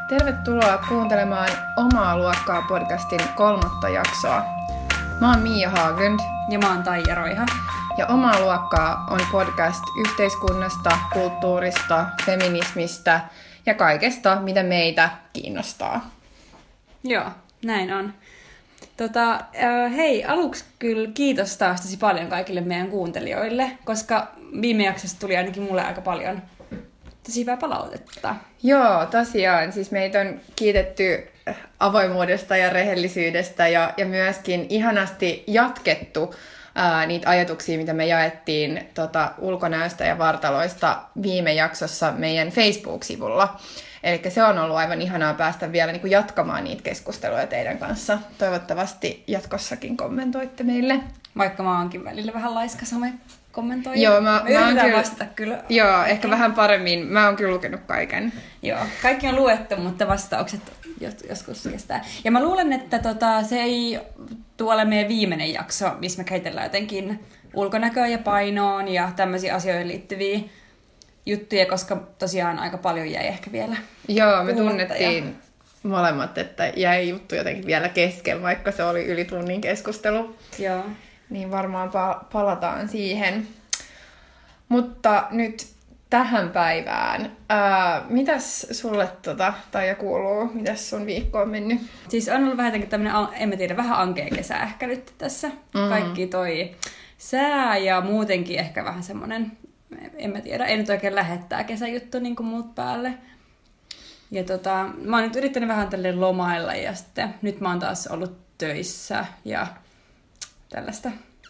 Tervetuloa kuuntelemaan Omaa luokkaa podcastin 3. jaksoa. Mä oon Miia Haaglund. Ja mä oon Taija Roiha. Ja Omaa luokkaa on podcast yhteiskunnasta, kulttuurista, feminismistä ja kaikesta, mitä meitä kiinnostaa. Joo, näin on. Hei, aluksi kyllä kiitos taas tosi paljon kaikille meidän kuuntelijoille, koska viime jaksossa tuli ainakin mulle aika paljon tosi hyvää palautetta. Joo, tosiaan. Siis meitä on kiitetty avoimuudesta ja rehellisyydestä ja myöskin ihanasti jatkettu niitä ajatuksia, mitä me jaettiin ulkonäöstä ja vartaloista viime jaksossa meidän Facebook-sivulla. Eli se on ollut aivan ihanaa päästä vielä niin kuin jatkamaan niitä keskusteluja teidän kanssa. Toivottavasti jatkossakin kommentoitte meille. Vaikka mä oonkin välillä vähän laiska kommentoija. Joo, mä oon vastata kyllä. Joo, ehkä vähän paremmin. Mä oon kyllä lukenut kaiken. Joo, kaikki on luettu, mutta vastaukset joskus kestää. Ja mä luulen, että se ei tuolle meidän viimeinen jakso, missä me käsitellään jotenkin ulkonäköä ja painoon ja tämmöisiä asioihin liittyviä juttuja, koska tosiaan aika paljon jäi ehkä vielä. Joo, me tunnettiin molemmat, että jäi juttu jotenkin vielä kesken, vaikka se oli yli tunnin keskustelu. Joo. Niin varmaan palataan siihen. Mutta nyt tähän päivään. Mitäs sulle Taija kuuluu? Mitäs sun viikko on mennyt? Siis on ollut vähän tämmönen, en mä tiedä, vähän ankea kesä ehkä nyt tässä. Kaikki toi sää ja muutenkin ehkä vähän semmonen, en mä tiedä, ei nyt oikein lähettää kesäjuttu niin kuin muut päälle. Ja mä oon nyt yrittänyt vähän tälleen lomailla ja sitten nyt mä oon taas ollut töissä ja tällaista.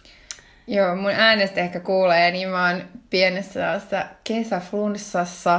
Joo, mun äänestä ehkä kuulee, niin mä oon pienessä kesäflunssassa,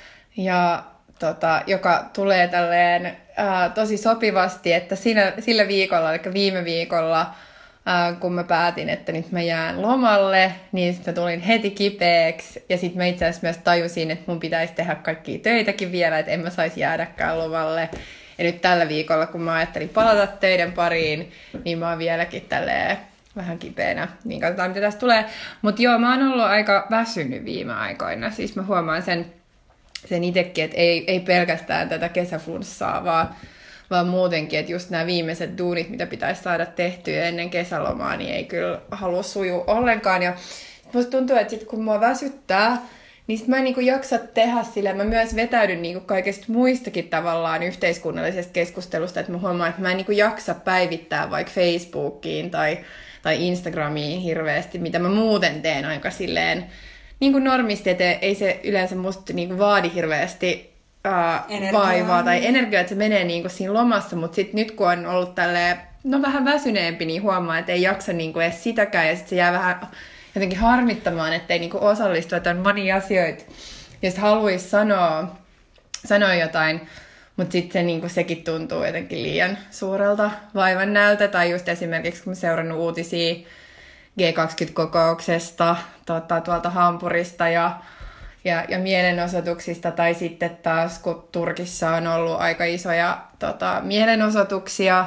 ja joka tulee tälleen tosi sopivasti, että sillä viikolla, eli viime viikolla, kun mä päätin, että nyt mä jään lomalle, niin sitten tulin heti kipeäksi, ja sitten mä itse asiassa myös tajusin, että mun pitäisi tehdä kaikkia töitäkin vielä, että en mä saisi jäädäkään lomalle. Ja nyt tällä viikolla, kun mä ajattelin palata töiden pariin, niin mä oon vieläkin tälleen vähän kipeänä, niin katsotaan mitä tästä tulee. Mutta joo, mä oon ollut aika väsynyt viime aikoina. Siis mä huomaan sen itsekin, että ei pelkästään tätä kesäflunssaa, vaan muutenkin, että just nämä viimeiset duunit, mitä pitäisi saada tehtyä ennen kesälomaa, niin ei kyllä halua sujua ollenkaan. Ja musta tuntuu, että sit kun mua väsyttää, niin sit mä en niinku jaksa tehdä sillä. Mä myös vetäydyn niinku kaikesta muistakin tavallaan yhteiskunnallisesta keskustelusta, että mä huomaan, että mä en niinku jaksa päivittää vaikka Facebookiin tai Instagramiin hirveästi, mitä mä muuten teen aika silleen niin kuin normisti, että ei se yleensä musta niin kuin vaadi hirveästi vaivaa tai energiaa, että se menee niin kuin siinä lomassa, mutta sitten nyt kun on ollut tälleen, vähän väsyneempi, niin huomaa, että ei jaksa niin kuin edes sitäkään, ja sitten se jää vähän jotenkin harmittamaan, ettei niin kuin osallistu, että on monia asioita, joista haluaisi sanoa jotain, mutta sitten niinku sekin tuntuu jotenkin liian suurelta vaivan näöltä. Tai just esimerkiksi, kun mä seurannut uutisia G20-kokouksesta tuolta Hampurista ja mielenosoituksista. Tai sitten taas, kun Turkissa on ollut aika isoja mielenosoituksia,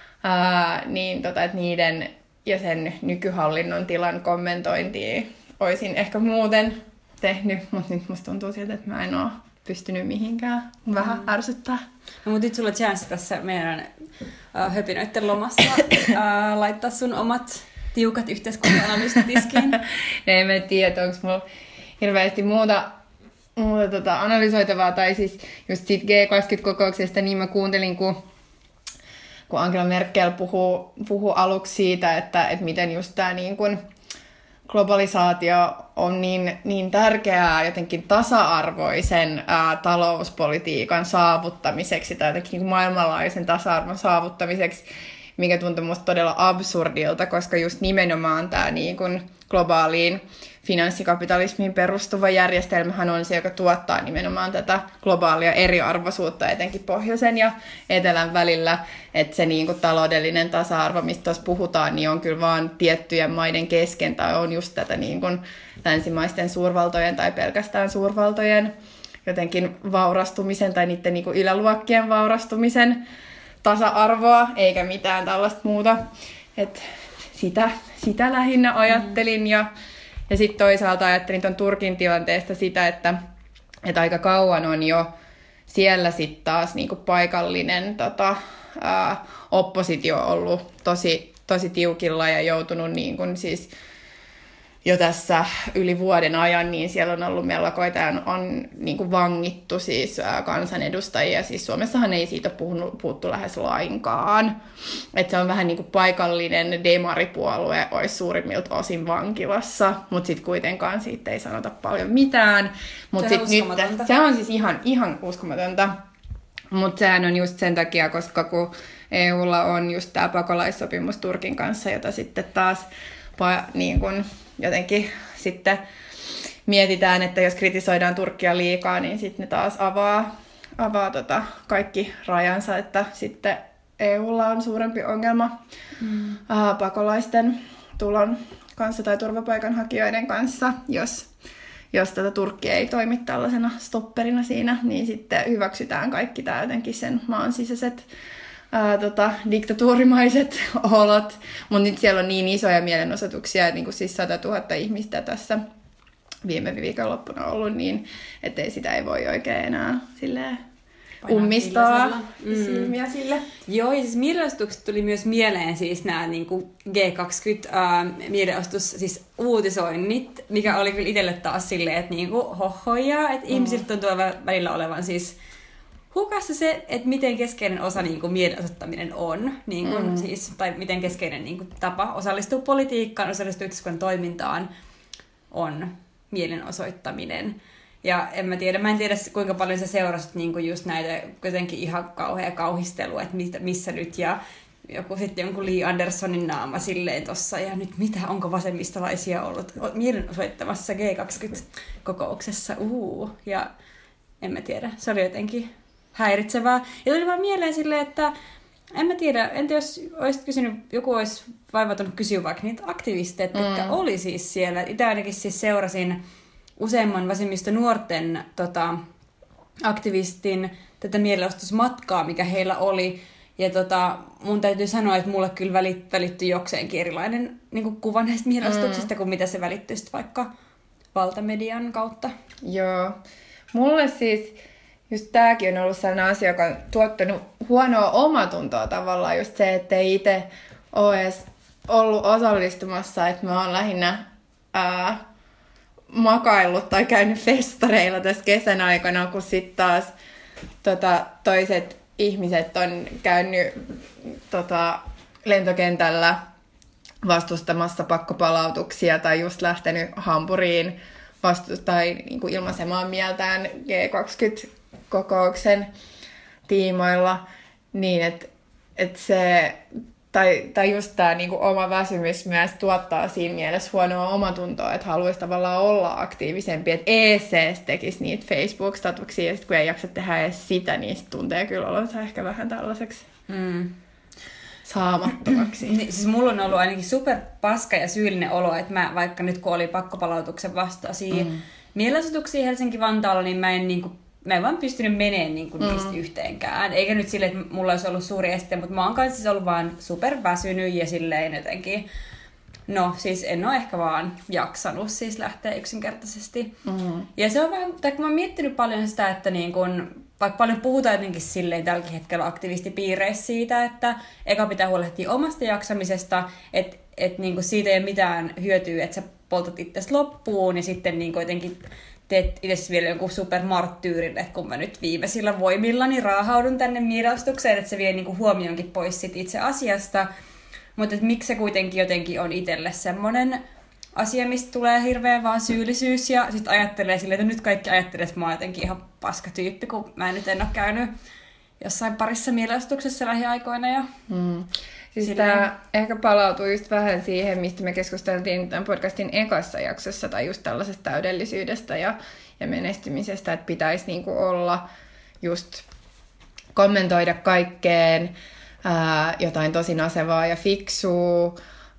niin että niiden ja sen nykyhallinnon tilan kommentointia olisin ehkä muuten tehnyt. Mutta nyt musta tuntuu siltä, että mä en ole pystynyt mihinkään. Vähän ärsyttää. No, mutta nyt sulla on chanssi tässä meidän höpinöiden lomassa laittaa sun omat tiukat yhteiskunta-analyysit tiskiin. En mä tiedä, onko mulla hirveästi muuta analysoitavaa. Tai siis just siitä G20-kokouksesta, niin mä kuuntelin, kun Angela Merkel puhui aluksi siitä, että miten just tää niin kun globalisaatio on niin tärkeää jotenkin tasa-arvoisen talouspolitiikan saavuttamiseksi tai jotenkin maailmanlaajuisen tasa-arvon saavuttamiseksi, mikä tuntuu musta todella absurdilta, koska just nimenomaan tämä niin kuin globaaliin finanssikapitalismiin perustuva järjestelmähän on se, joka tuottaa nimenomaan tätä globaalia eriarvoisuutta etenkin pohjoisen ja etelän välillä, että se niin kuin taloudellinen tasa-arvo, mistä tuossa puhutaan, niin on kyllä vaan tiettyjen maiden kesken tai on just tätä niin kuin länsimaisten suurvaltojen tai pelkästään suurvaltojen jotenkin vaurastumisen tai niiden niin kuin yläluokkien vaurastumisen tasa-arvoa, eikä mitään tällaista muuta. Et sitä lähinnä ajattelin ja sitten toisaalta ajattelin tuon Turkin tilanteesta sitä, että aika kauan on jo siellä sitten taas niinku paikallinen oppositio on ollut tosi tiukilla ja joutunut niinku siis jo tässä yli vuoden ajan, niin siellä on ollut mellakoita ja on niin kuin vangittu siis kansanedustajia. Siis Suomessahan ei siitä puhuttu lähes lainkaan. Että se on vähän niin kuin paikallinen demaripuolue olisi suurimmilta osin vankilassa, mutta sitten kuitenkaan siitä ei sanota paljon mitään. Mut se on uskomatonta. Se on siis ihan uskomatonta. Mutta sehän on just sen takia, koska kun EUlla on just tämä pakolaissopimus Turkin kanssa, jota sitten taas niin kun jotenkin sitten mietitään, että jos kritisoidaan Turkkia liikaa, niin sitten ne taas avaa kaikki rajansa, että sitten EUlla on suurempi ongelma pakolaisten tulon kanssa tai turvapaikanhakijoiden kanssa, jos Turkki ei toimi tällaisena stopperina siinä, niin sitten hyväksytään kaikki tämä jotenkin sen maan sisäiset diktatuurimaiset olot, mutta nyt siellä on niin isoja mielenosoituksia, että niin siis 100 000 ihmistä tässä viime viikonloppuna ollut, niin ettei sitä ei voi oikein enää silleen ummistaa silmiä sille. Joo, ja siis mielenosoitukset tuli myös mieleen siis nämä niin kuin G20-mielenosoitus, siis uutisoinnit, mikä oli kyllä itselle taas silleen, että niin kuin hohojaa, että ihmisiltä tuntuu välillä olevan siis hukassa se, että miten keskeinen osa niin kuin mielenosoittaminen on, niin kuin, siis, tai miten keskeinen niin kuin, tapa osallistua politiikkaan, osallistua yhteiskunnan toimintaan on mielenosoittaminen. Ja mä en tiedä kuinka paljon sä seurasit niin kuin just näitä jotenkin ihan kauhea kauhistelua, että missä nyt ja sitten jonkun Li Anderssonin naama silleen tossa ja nyt mitä, onko vasemmistolaisia ollut mielenosoittamassa G20-kokouksessa, ja en mä tiedä, se oli jotenkin häiritsevää. Ja tuli vaan mieleen silleen, että en mä tiedä, entä jos olisit kysynyt, joku olisi vaivautunut kysyä vaikka niitä aktivisteja, jotka oli siis siellä. Itse ainakin siis seurasin useamman vasemmista nuorten aktivistin tätä mielenosoitusmatkaa, mikä heillä oli. Ja mun täytyy sanoa, että mulle kyllä välittyi jokseenkin erilainen niin kuva näistä mielenosoituksista, kuin mitä se välittyy vaikka valtamedian kautta. Joo. Mulle siis just tääkin on ollut sellainen asia, joka on tuottanut huonoa omatuntoa tavallaan. Just se, että ei itse ole edes ollut osallistumassa, että mä oon lähinnä makaillut tai käynyt festareilla tässä kesän aikana, kun sitten taas toiset ihmiset on käynyt lentokentällä vastustamassa pakkopalautuksia tai just lähtenyt Hampuriin tai niin kuin ilmaisemaan mieltään G20-kokouksen tiimoilla, niin että se, tai just tämä niin kuin oma väsymys myös tuottaa siinä mielessä huonoa omatuntoa, että haluaisi tavallaan olla aktiivisempi, että ees tekisi niitä Facebook-statuksia, ja sitten kun ei jaksa tehdä edes sitä, niin sit tuntee kyllä olonsa ehkä vähän tällaiseksi saamattomaksi. Siis mulla on ollut ainakin super paska ja syyllinen olo, että mä vaikka nyt kun oli pakkopalautuksen vastaisia mielenosoituksia Helsinki-Vantaalla, niin mä en vaan pystynyt menemään niistä yhteenkään. Eikä nyt silleen, että mulla olisi ollut suuri este, mutta mä oon kanssa siis ollut vaan super väsynyt ja silleen jotenkin. No siis en ole ehkä vaan jaksanut siis lähteä yksinkertaisesti. Ja se on vähän, tai kun mä oon miettinyt paljon sitä, että niin kun, vaikka paljon puhutaan jotenkin silleen tälläkin hetkellä aktivistipiireissä siitä, että eka pitää huolehtia omasta jaksamisesta, että niin kun siitä ei ole mitään hyötyä, että sä poltat itsesi loppuun ja sitten niin jotenkin teet itse vielä jonkun supermarttyyrin, että kun mä nyt viimeisillä voimillani raahaudun tänne mielenosoitukseen, että se vie niinku huomionkin pois sit itse asiasta. Mutta miksi se kuitenkin jotenkin on itselle semmoinen asia, mistä tulee hirveän vaan syyllisyys ja sitten ajattelee silleen, että nyt kaikki ajattelee, että mä oon jotenkin ihan paska tyyppi, kun mä nyt en ole käynyt jossain parissa mielenosoituksessa lähiaikoina. Ja siis tämä ehkä palautuu just vähän siihen, mistä me keskusteltiin tämän podcastin ekassa jaksossa, tai just tällaisesta täydellisyydestä ja menestymisestä, että pitäisi niinku olla just kommentoida kaikkeen jotain tosi nasevaa ja fiksua,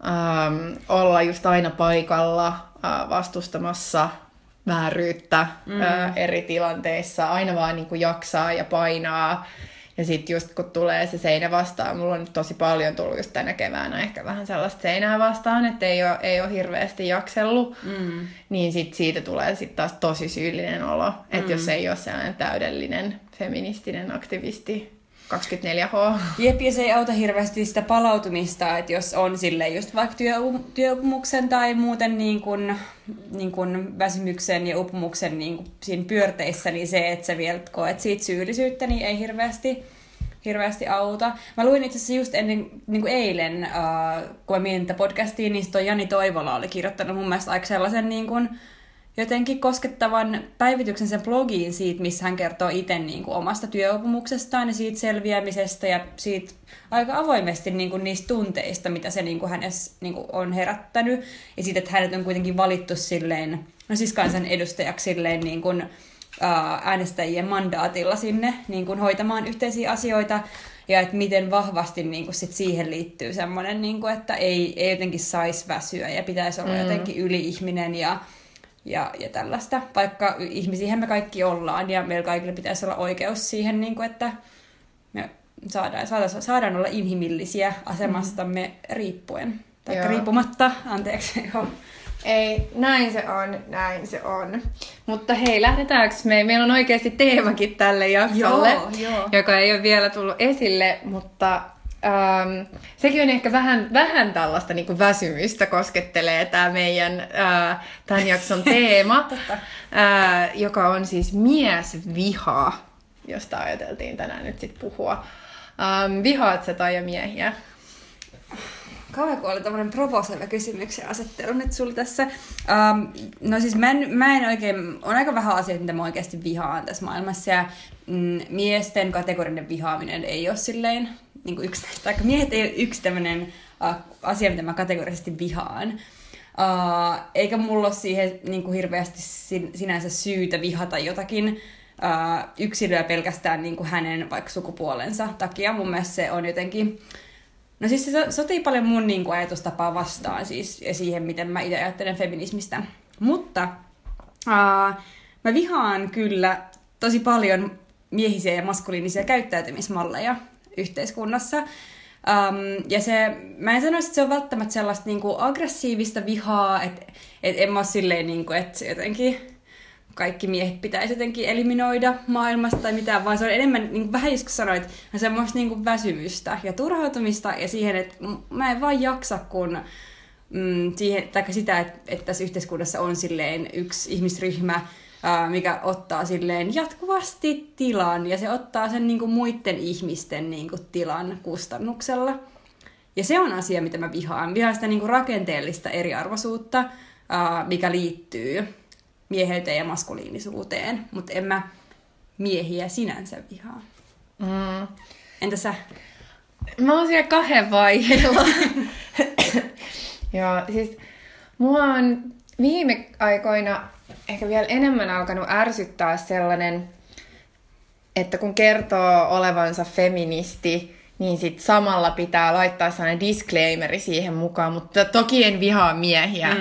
olla just aina paikalla vastustamassa vääryyttä eri tilanteissa, aina vaan niinku jaksaa ja painaa. Ja sitten just kun tulee se seinä vastaan, mulla on tosi paljon tullut just tänä keväänä ehkä vähän sellaista seinää vastaan, että ei ole hirveästi jaksellut, niin sit siitä tulee sit taas tosi syyllinen olo, että jos ei ole sellainen täydellinen feministinen aktivisti 24H. Jep, ja se ei auta hirveästi sitä palautumista, että jos on silleen just vaikka työuupumuksen tai muuten niin kuin väsymyksen ja uupumuksen niin kuin siinä pyörteissä, niin se, että sä vielä koet siitä syyllisyyttä, niin ei hirveästi auta. Mä luin itse asiassa just ennen niin kuin eilen, kun mä mietin tätä podcastia, niin toi Jani Toivola oli kirjoittanut mun mielestä aika sellaisen niin kuin jotenkin koskettavan päivityksen sen blogiin siitä, missä hän kertoo itse niin kuin omasta työuupumuksestaan ja siitä selviämisestä ja siitä aika avoimesti niin kuin niistä tunteista, mitä se niin kuin hänessä niin kuin on herättänyt. Ja siitä, että hänet on kuitenkin valittu silleen, no siis kansan edustajaksi silleen niin kuin, äänestäjien mandaatilla sinne niin kuin hoitamaan yhteisiä asioita. Ja että miten vahvasti niin kuin sit siihen liittyy semmoinen, niin kuin, että ei jotenkin saisi väsyä ja pitäisi olla jotenkin yli-ihminen ja tällaista, vaikka ihmisiähän me kaikki ollaan ja meillä kaikilla pitäisi olla oikeus siihen, niin kuin, että me saadaan olla inhimillisiä asemastamme riippuen. Tai riippumatta, anteeksi. Ei, näin se on. Mutta hei, lähdetäänkö me? Meillä on oikeasti teemakin tälle jaksolle, joka ei ole vielä tullut esille, mutta sekin on ehkä vähän tällaista niin kuin väsymystä koskettelee tämä meidän tämän jakson teema, joka on siis miesviha, josta ajateltiin tänään nyt sitten puhua. Vihaat sä Taija miehiä? Kauan kun oli tämmöinen provosoiva kysymyksen asettelu nyt sulla tässä. No siis mä en oikein, on aika vähän asioita, mitä mä oikeasti vihaan tässä maailmassa. Ja miesten kategorinen vihaaminen ei ole silleen niin kuin yksi näistä. Miehet ei ole yksi tämmöinen asia, mitä mä kategorisesti vihaan. Eikä mulla ole siihen niin kuin hirveästi sinänsä syytä vihata jotakin yksilöä pelkästään niin kuin hänen vaikka sukupuolensa takia. Mun mielestä se on jotenkin... No siis se sotii paljon mun niin kuin ajatustapaa vastaan siis, ja siihen, miten mä itse ajattelen feminismistä. Mutta mä vihaan kyllä tosi paljon miehisiä ja maskuliinisia käyttäytymismalleja yhteiskunnassa. Ja mä en sanoisi, että se on välttämättä sellaista niin kuin aggressiivista vihaa, että en mä ole silleen, niin kuin, että jotenkin kaikki miehet pitäisi jotenkin eliminoida maailmasta tai mitään, vaan se on enemmän, niin kuin vähän joskus sanoit, semmoista niin kuin väsymystä ja turhautumista ja siihen, että mä en vaan jaksa, kun siihen, tai sitä, että tässä yhteiskunnassa on silleen yksi ihmisryhmä, mikä ottaa silleen jatkuvasti tilan ja se ottaa sen niin kuin muiden ihmisten niin kuin tilan kustannuksella. Ja se on asia, mitä mä vihaan. Vihaan sitä niin kuin rakenteellista eriarvoisuutta, mikä liittyy mieheyteen ja maskuliinisuuteen, mutta en mä miehiä sinänsä vihaa. Entä sä? Mä oon siellä 2 vaiheella. Joo, siis mua on viime aikoina ehkä vielä enemmän alkanut ärsyttää sellainen, että kun kertoo olevansa feministi, niin sit samalla pitää laittaa sellainen disclaimeri siihen mukaan, mutta toki en vihaa miehiä.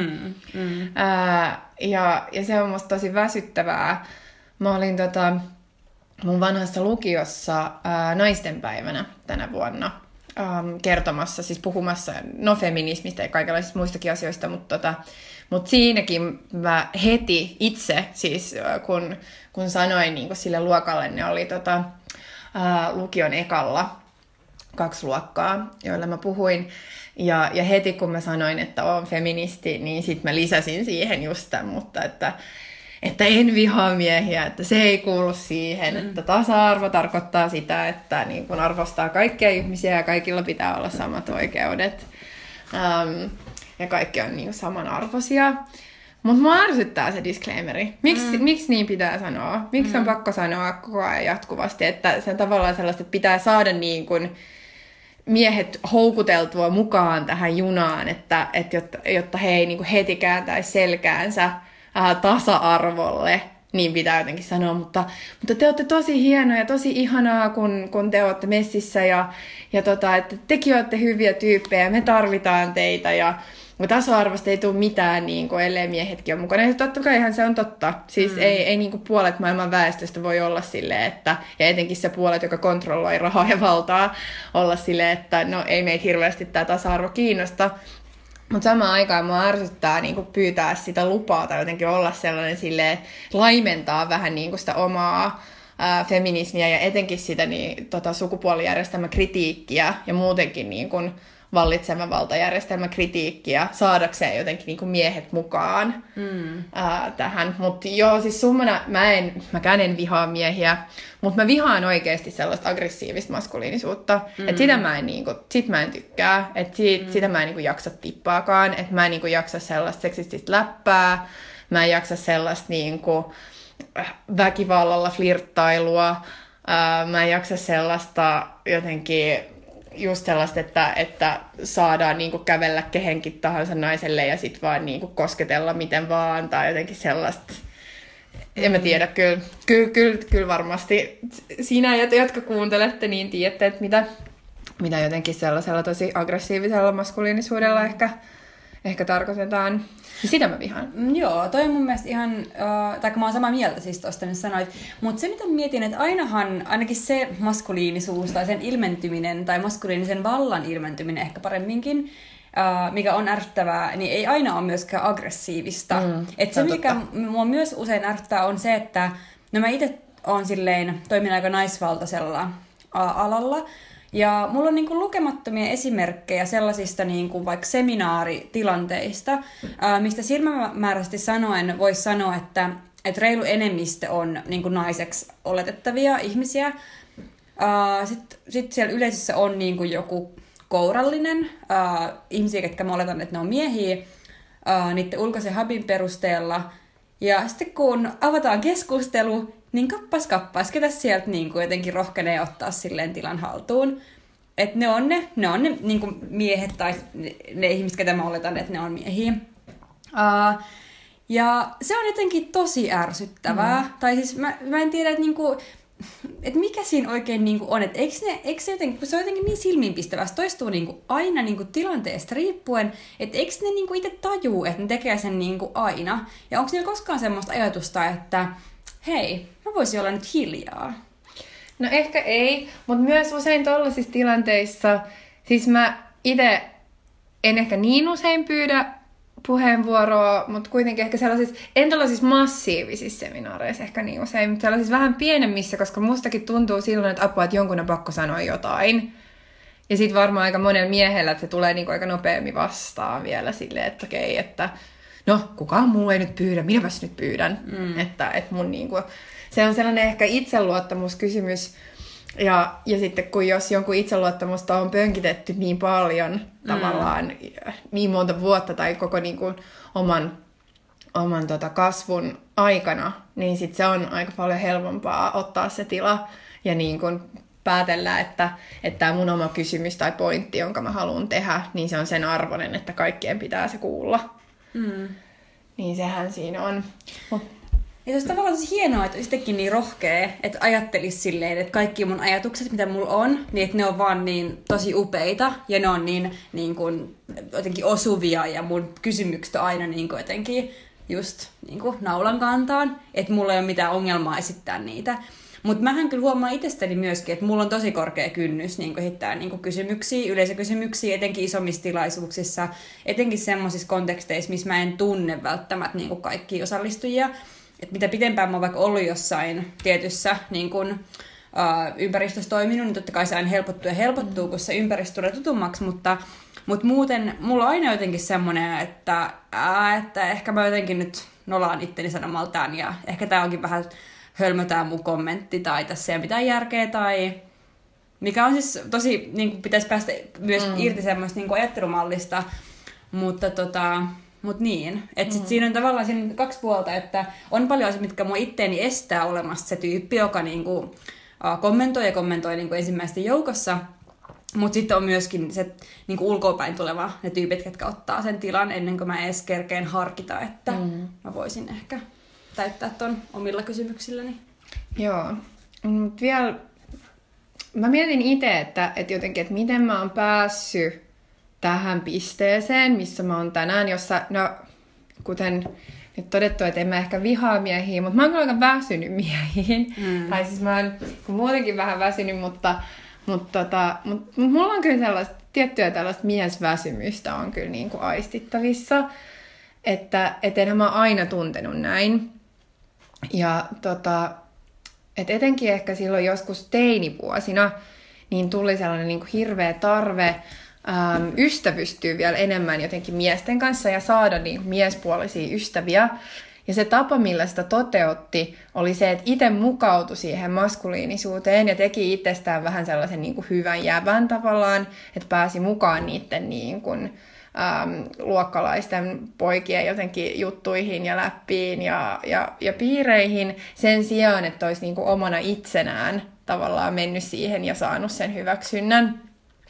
Ja se on musta tosi väsyttävää. Mä olin mun vanhassa lukiossa naistenpäivänä tänä vuonna kertomassa, siis puhumassa feminismistä ja kaikenlaisista muistakin asioista, mutta siinäkin mä heti itse, siis kun sanoin niin kun sille luokalle, ne oli lukion ekalla 2 luokkaa, joilla mä puhuin. Ja heti kun mä sanoin, että oon feministi, niin sit mä lisäsin siihen just tämän, mutta että en vihaa miehiä, että se ei kuulu siihen, että tasa-arvo tarkoittaa sitä, että niin kun arvostaa kaikkia ihmisiä ja kaikilla pitää olla samat oikeudet ja kaikki on niin samanarvoisia. Mutta mua ärsyttää se disclaimeri. Miksi niin pitää sanoa? Miksi on pakko sanoa koko ajan jatkuvasti, että se on tavallaan sellaista, että pitää saada niin kun miehet houkuteltua mukaan tähän junaan, että jotta he ei niin kuin heti kääntäisi selkäänsä tasa-arvolle, niin pitää jotenkin sanoa, mutta te olette tosi hienoja ja tosi ihanaa, kun te olette messissä ja että tekin olette hyviä tyyppejä, me tarvitaan teitä ja tasa-arvosta ei tule mitään, niin kuin, ellei miehetkin ole mukana. Ja totta kai ihan se on totta. Siis ei niin kuin puolet maailman väestöstä voi olla silleen, että, ja etenkin se puolet, joka kontrolloi rahaa ja valtaa, olla silleen, että no ei meitä hirveästi tämä tasa-arvo kiinnosta. Mutta samaan aikaan mua ärsyttää niin kuin pyytää sitä lupaa tai jotenkin olla sellainen silleen, laimentaa vähän niin kuin sitä omaa feminismiä ja etenkin sitä sukupuolijärjestelmän kritiikkiä ja muutenkin niin kuin vallitsevan valtajärjestelmän kritiikkiä saadakseen jotenkin niin kuin miehet mukaan tähän. Mutta joo, siis summana mäkään en vihaa miehiä, mutta mä vihaan oikeasti sellaista aggressiivista maskuliinisuutta. Että sit mä en tykkää, että sitä mä en niin kuin jaksa tippaakaan, että mä en niin kuin jaksa sellaista seksististä läppää, mä en jaksa sellaista niin kuin väkivallalla flirttailua, mä en jaksa sellaista jotenkin just sellaista, että saadaan niinku kävellä kehenkin tahansa naiselle ja sit vaan niinku kosketella miten vaan, tai jotenkin sellaista. En mä tiedä, kyllä varmasti siinä, jotka kuuntelette, niin tiedätte, että mitä jotenkin sellaisella tosi aggressiivisella maskuliinisuudella ehkä tarkoitetaan. Sitä mä vihaan. Joo, toi on mun mielestä ihan, tai mä oon samaa mieltä siis tosta, mitä sanoit. Mutta se, mitä mietin, että ainakin se maskuliinisuus tai sen ilmentyminen, tai maskuliinisen vallan ilmentyminen ehkä paremminkin, mikä on ärsyttävää, niin ei aina ole myöskään aggressiivista. Et se, mikä mua myös usein ärsyttää, on se, että no mä itse oon silleen, toimin aika naisvaltaisella alalla, ja mulla on niinku lukemattomia esimerkkejä sellaisista niinku vaikka seminaaritilanteista, mistä silmämääräisesti sanoen voisi sanoa, että reilu enemmistö on niinku naiseksi oletettavia ihmisiä. Sitten siellä yleisössä on niinku joku kourallinen, ihmisiä, ketkä mä oletan, että ne on miehiä, niiden ulkoisen habin perusteella. Ja sitten kun avataan keskustelu, niin kappas, ketä sieltä niin kuin jotenkin rohkenee ottaa silleen tilan haltuun. Että ne on ne niin kuin miehet tai ne ihmiset, ketä mä oletan, että ne on miehiä. Ja se on jotenkin tosi ärsyttävää. Tai siis mä en tiedä, että niinku, et mikä siinä oikein niinku on. Että eikö se jotenkin, se on jotenkin niin silmiinpistävää, se toistuu niinku aina niinku tilanteesta riippuen, että eikö ne niinku itse tajuu, että ne tekee sen niinku aina. Ja onko niillä koskaan semmoista ajatusta, että hei, mä voisin olla nyt hiljaa? No ehkä ei, mutta myös usein tollaisissa tilanteissa, siis mä itse en ehkä niin usein pyydä puheenvuoroa, mutta kuitenkin ehkä sellaisissa, en tällaisissa massiivisissa seminaareissa ehkä niin usein, mutta sellaisissa vähän pienemmissä, koska mustakin tuntuu silloin, että apua, että jonkun on pakko sanoa jotain. Ja sitten varmaan aika monella miehellä, että se tulee niinku aika nopeammin vastaan vielä silleen, että okei, että no, kukaan muu ei nyt pyydä, minäpäs nyt pyydän. Että mun niinku, se on sellainen ehkä itseluottamuskysymys. Ja sitten kun jos jonkun itseluottamusta on pönkitetty niin paljon tavallaan niin monta vuotta tai koko niin kuin oman kasvun aikana, niin sitten se on aika paljon helpompaa ottaa se tila ja niin kuin päätellä, että tämä mun oma kysymys tai pointti, jonka mä haluan tehdä, niin se on sen arvoinen, että kaikkien pitää se kuulla. Niin sehän siinä on. Ja se olisi tavallaan tosi hienoa, että olisikin niin rohkea, että ajattelisi silleen, että kaikki mun ajatukset, mitä mulla on, niin että ne on vaan niin tosi upeita ja ne on niin kuin jotenkin osuvia ja mun kysymykset on aina niin kuin jotenkin just niin kuin naulan kantaan, että mulla ei ole mitään ongelmaa esittää niitä. Mutta mähän kyllä huomaan itsestäni myöskin, että mulla on tosi korkea kynnys niin esittää niin kysymyksiä, yleisökysymyksiä, etenkin isommissa tilaisuuksissa, etenkin semmoisissa konteksteissa, missä mä en tunne välttämättä niin kaikkia osallistujia. Että mitä pitempään mä oon vaikka ollut jossain tietyssä niin kun, ympäristössä toiminut, niin totta kai se aina helpottuu, kun se ympäristö tulee tutummaksi, mutta muuten mulla on aina jotenkin semmoinen, että ehkä mä jotenkin nyt nolaan itteni sanomaltaan, ja ehkä tää onkin vähän hölmötään mun kommentti, tai tässä ei ole mitään järkeä, tai mikä on siis tosi, niin kuin pitäisi päästä myös irti semmoista niin ajattelumallista, mutta niin, että siinä on tavallaan siinä kaksi puolta, että on paljon asioita, mitkä mua itteeni estää olemasta se tyyppi, joka niinku, kommentoi niinku ensimmäisten joukossa, mutta sitten on myöskin se niinku ulkoapäin tuleva ne tyypit, jotka ottaa sen tilan ennen kuin mä edes kerkeen harkita, että mä voisin ehkä täyttää ton omilla kysymyksilläni. Joo, mutta vielä mä mietin itse, että jotenkin, että miten mä oon päässyt tähän pisteeseen, missä mä oon tänään, jossa, no, kuten nyt todettu, että en mä ehkä vihaa miehiä, mutta mä oon kyllä aika väsynyt miehiin. Tai siis mä oon muutenkin vähän väsynyt, mutta mulla on kyllä sellaista, tiettyä tällaista miesväsymystä on kyllä niin kuin aistittavissa, että enhän mä aina tuntenut näin. Ja etenkin ehkä silloin joskus teinivuosina, niin tuli sellainen niin kuin hirveä tarve ystävystyä vielä enemmän jotenkin miesten kanssa ja saada niin kuin miespuolisia ystäviä. Ja se tapa, millä sitä toteutti, oli se, että itse mukautui siihen maskuliinisuuteen ja teki itsestään vähän sellaisen niin kuin hyvän jävän tavallaan, että pääsi mukaan niiden niin kuin, luokkalaisten poikien jotenkin juttuihin ja läppiin ja piireihin sen sijaan, että olisi niin kuin omana itsenään tavallaan mennyt siihen ja saanut sen hyväksynnän.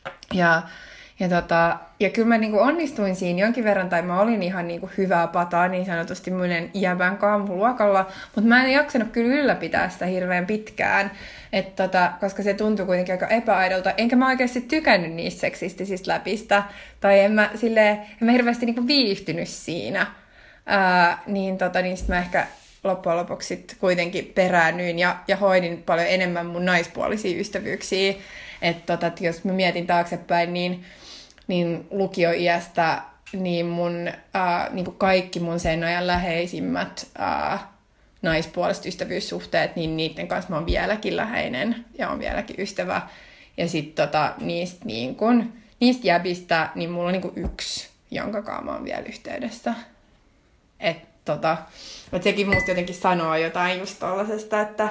Ja kyllä mä niinku onnistuin siinä jonkin verran, tai mä olin ihan niinku hyvää pataa niin sanotusti muiden jäbän luokalla, mutta mä en jaksanut kyllä ylläpitää sitä hirveän pitkään, koska se tuntui kuitenkin aika epäaidolta, enkä mä oikeasti tykännyt niistä seksistisistä läpistä, tai en mä hirveästi niinku viihtynyt siinä, niin sit mä ehkä loppujen lopuksi sit kuitenkin peräännyin ja hoidin paljon enemmän mun naispuolisia ystävyyksiä, että jos mä mietin taaksepäin, niin lukioiästä niin niin kuin kaikki mun sen ajan läheisimmät naispuoliset ystävyyssuhteet, niin niiden kanssa mä oon vieläkin läheinen ja oon vieläkin ystävä. Ja sitten niistä jäbistä, niin mulla on niin kuin yksi, jonka kanssa mä oon vielä yhteydessä. Että sekin musta jotenkin sanoo jotain just tollasesta, että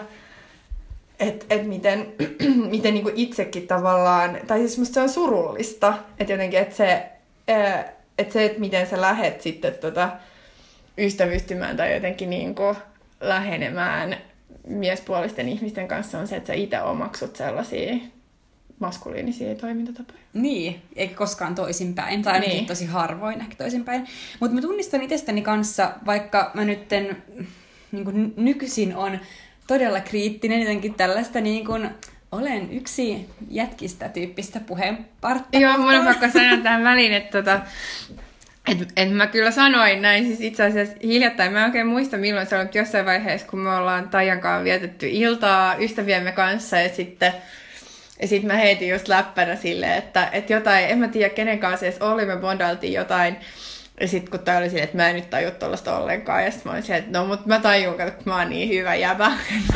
miten niin kuin itsekin tavallaan, tai siis musta se on surullista, että jotenkin, että miten sä lähet sitten ystävystymään tai jotenkin niin kuin lähenemään miespuolisten ihmisten kanssa on se, että sä itse omaksut sellaisia maskuliinisia toimintatapoja. Niin, eikä koskaan toisinpäin, tai ainakin tosi harvoin ehkä toisinpäin. Mutta mä tunnistan itsestäni kanssa, vaikka mä nytten niin kuin nykyisin on todella kriittinen jotenkin tällaista niin kuin olen yksi jätkistä tyyppistä puheenpartta. Joo, mun on pakko sanoa tähän väliin, että mä kyllä sanoin näin, siis itse asiassa hiljattain. Mä en oikein muista milloin se on, mutta jossain vaiheessa, kun me ollaan Taijan kanssa vietetty iltaa ystäviemme kanssa ja sitten mä heitin just läppänä silleen, että jotain, en mä tiedä kenen kanssa edes oli, me bondailtiin jotain. Ja sitten kun toi oli silleen, että mä en nyt tajua tollaista ollenkaan. Ja sitten mä olin silleen, että no mut mä tajun, kun mä oon niin hyvä jäbä.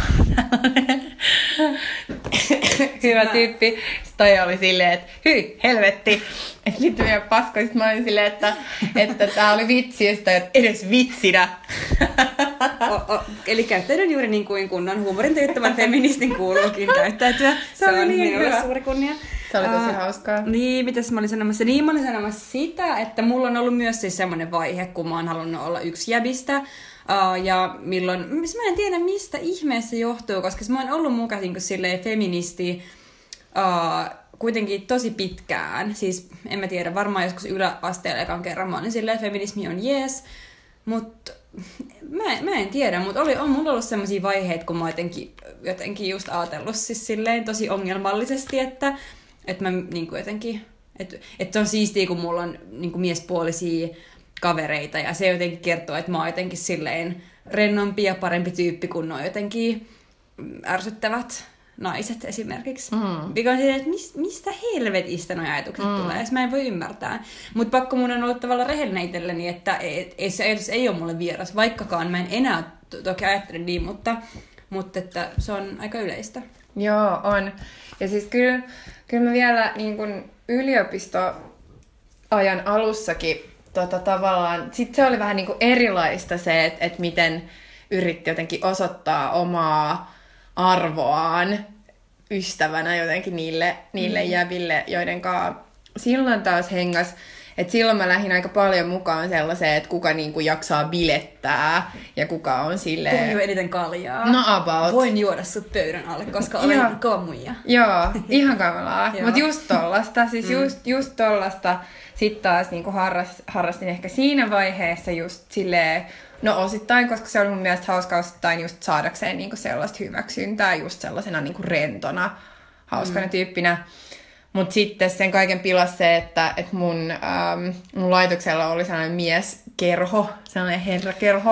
Hyvä tyyppi. Sitten toi oli silleen, että hyi, helvetti. Että nyt meidän pasko. Sitten mä olin silleen, että tää oli vitsi. Ja sitten edes vitsinä. Eli käyttäydyn juuri niin kuin kunnon huumorin tajuttavan feministin kuuluukin käyttäytyä. Se on niin minulle hyvä. Suuri kunnia. Se oli tosi hauskaa. Niin, mitäs mä olin sanomassa? Niin, mä olin sanomassa sitä, että mulla on ollut myös siis semmoinen vaihe, kun mä oon halunnut olla yksi jäbistä. Ja milloin, mä en tiedä mistä ihmeessä johtuu, koska mä oon ollut mukaan niin silleen feministi kuitenkin tosi pitkään. Siis en mä tiedä, varmaan joskus yläasteella ekan kerran mä olin silleen, että feminismi on jees. Mutta mä en tiedä, mutta on mulla ollut sellaisia vaiheita, kun mä jotenkin just ajatellut siis silleen tosi ongelmallisesti, että mä niinku jotenkin, että on siistiä, kun mulla on niinku miespuolisia kavereita ja se jotenkin kertoo, että mä oon jotenkin silleen rennompi ja parempi tyyppi, kun on jotenkin ärsyttävät naiset esimerkiksi. Mikä on silleen, että mistä helvetistä nuo ajatukset tulee, mä en voi ymmärtää. Mutta pakko mun on ollut tavallaan rehellinen itselleni, että se ajatus ei ole mulle vieras, vaikkakaan mä en enää toki ajattele niin, mutta että se on aika yleistä. Joo, on. Ja siis kyllä mä vielä niin kun yliopistoajan alussakin tavallaan, sit se oli vähän niin kuin erilaista se, että miten yritti jotenkin osoittaa omaa arvoaan ystävänä jotenkin niille jäville, joiden kanssa silloin taas hengas. Et silloin mä lähdin aika paljon mukaan sellaiseen, että kuka niinku jaksaa bilettää ja kuka on silleen... Kuka juo eniten kaljaa. No about. Voin juoda sut pöydän alle, koska olen kova muija. Joo, ihan kamalaa. Mutta just tollasta, siis just tollasta. Sitten taas niinku harrastin ehkä siinä vaiheessa just silleen, no osittain, koska se oli mun mielestä hauska osittain just saadakseen niinku sellaista hyväksyntää just sellaisena niinku rentona, hauskana tyyppinä. Mutta sitten sen kaiken pilasi se, että mun laitoksella oli sellainen mieskerho, sellainen herrakerho,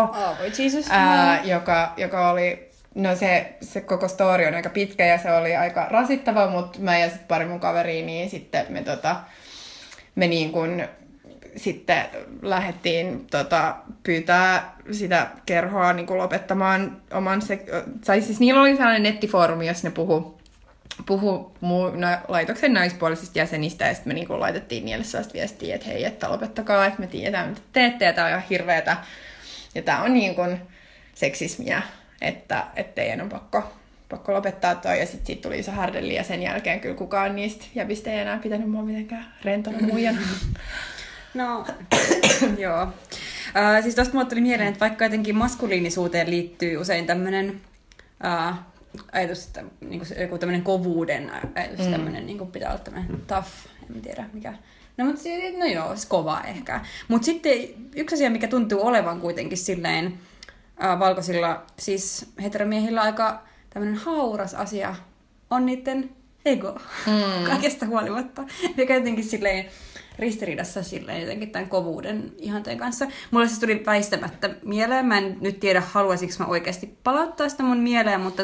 joka oli, no se koko story on aika pitkä ja se oli aika rasittava, mutta mä ja sitten pari mun kaveria, niin sitten me niin kuin sitten lähdettiin pyytää sitä kerhoa niin kuin lopettamaan oman tai siis niillä oli sellainen nettifoorumi, jossa ne puhu laitoksen naispuolisista jäsenistä, ja sitten me niin kuin laitettiin niille sellaista viestiä, että hei, että lopettakaa, että me tiedetään, mitä teette, ja tämä on ihan hirveetä. Ja tämä on niin kuin seksismiä, että teidän on pakko lopettaa toi, ja sitten siitä tuli iso härdelli, ja sen jälkeen kyllä kukaan niistä jäbistä ei enää pitänyt mua mitenkään rentona muijana. No, joo. Siis tosta mulle tuli mieleen, että vaikka jotenkin maskuliinisuuteen liittyy usein tämmöinen ajatus, että niin joku tämmöinen kovuuden ajatus, tämmöinen niin pitää olla tämmöinen tough, en tiedä mikä. No joo, siis kova ehkä. Mutta sitten yksi asia, mikä tuntuu olevan kuitenkin silleen valkoisilla, siis heteromiehillä aika tämmöinen hauras asia, on niiden ego, kaikesta huolimatta. Mikä jotenkin silleen ristiriidassa silleen jotenkin tämän kovuuden ihanteen kanssa. Mulle siis tuli väistämättä mieleen. Mä en nyt tiedä, haluaisinko mä oikeasti palauttaa sitä mun mieleen, mutta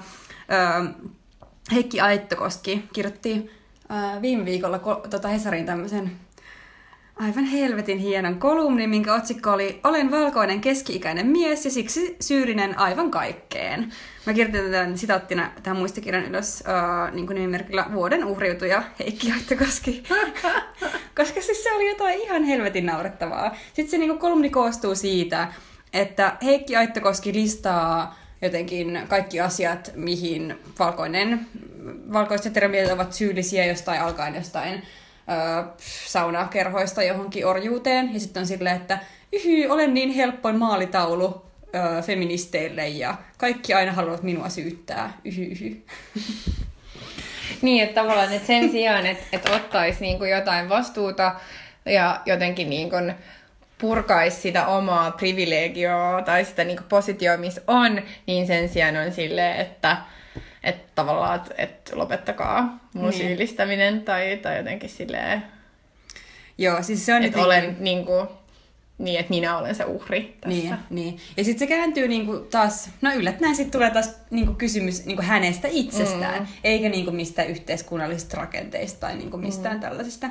Heikki Aittokoski kirjoitti viime viikolla Hesariin tämmöisen aivan helvetin hienon kolumnin, minkä otsikko oli "Olen valkoinen keski-ikäinen mies ja siksi syyllinen aivan kaikkeen". Mä kirjoitin tämän sitaattina tähän muistikirjan ylös niin kuin nimimerkillä "Vuoden uhriutuja Heikki Aittokoski". Koska siis se oli jotain ihan helvetin naurettavaa. Sitten se niin kuin kolumni koostuu siitä, että Heikki Aittokoski listaa jotenkin kaikki asiat, mihin valkoiset heteromiehet ovat syyllisiä jostain alkaen jostain saunakerhoista johonkin orjuuteen. Ja sitten on silleen, että olen niin helppoin maalitaulu feministeille ja kaikki aina haluavat minua syyttää. Niin, että tavallaan että sen sijaan, että ottaisi niinku jotain vastuuta ja jotenkin niinku purkaisi sitä omaa privilegioa tai sitä niinku positioa, missä on, niin sen sijaan on silleen, että tavallaan, että lopettakaa mun syyllistäminen tai jotenkin silleen, joo, siis se on että olen niinku, niin, että minä olen se uhri tässä. Niin. Ja sitten se kääntyy niinku taas, no yllättäen sitten tulee taas niinku kysymys niinku hänestä itsestään, eikä niinku mistään yhteiskunnallisista rakenteista tai niinku mistään tällaisista.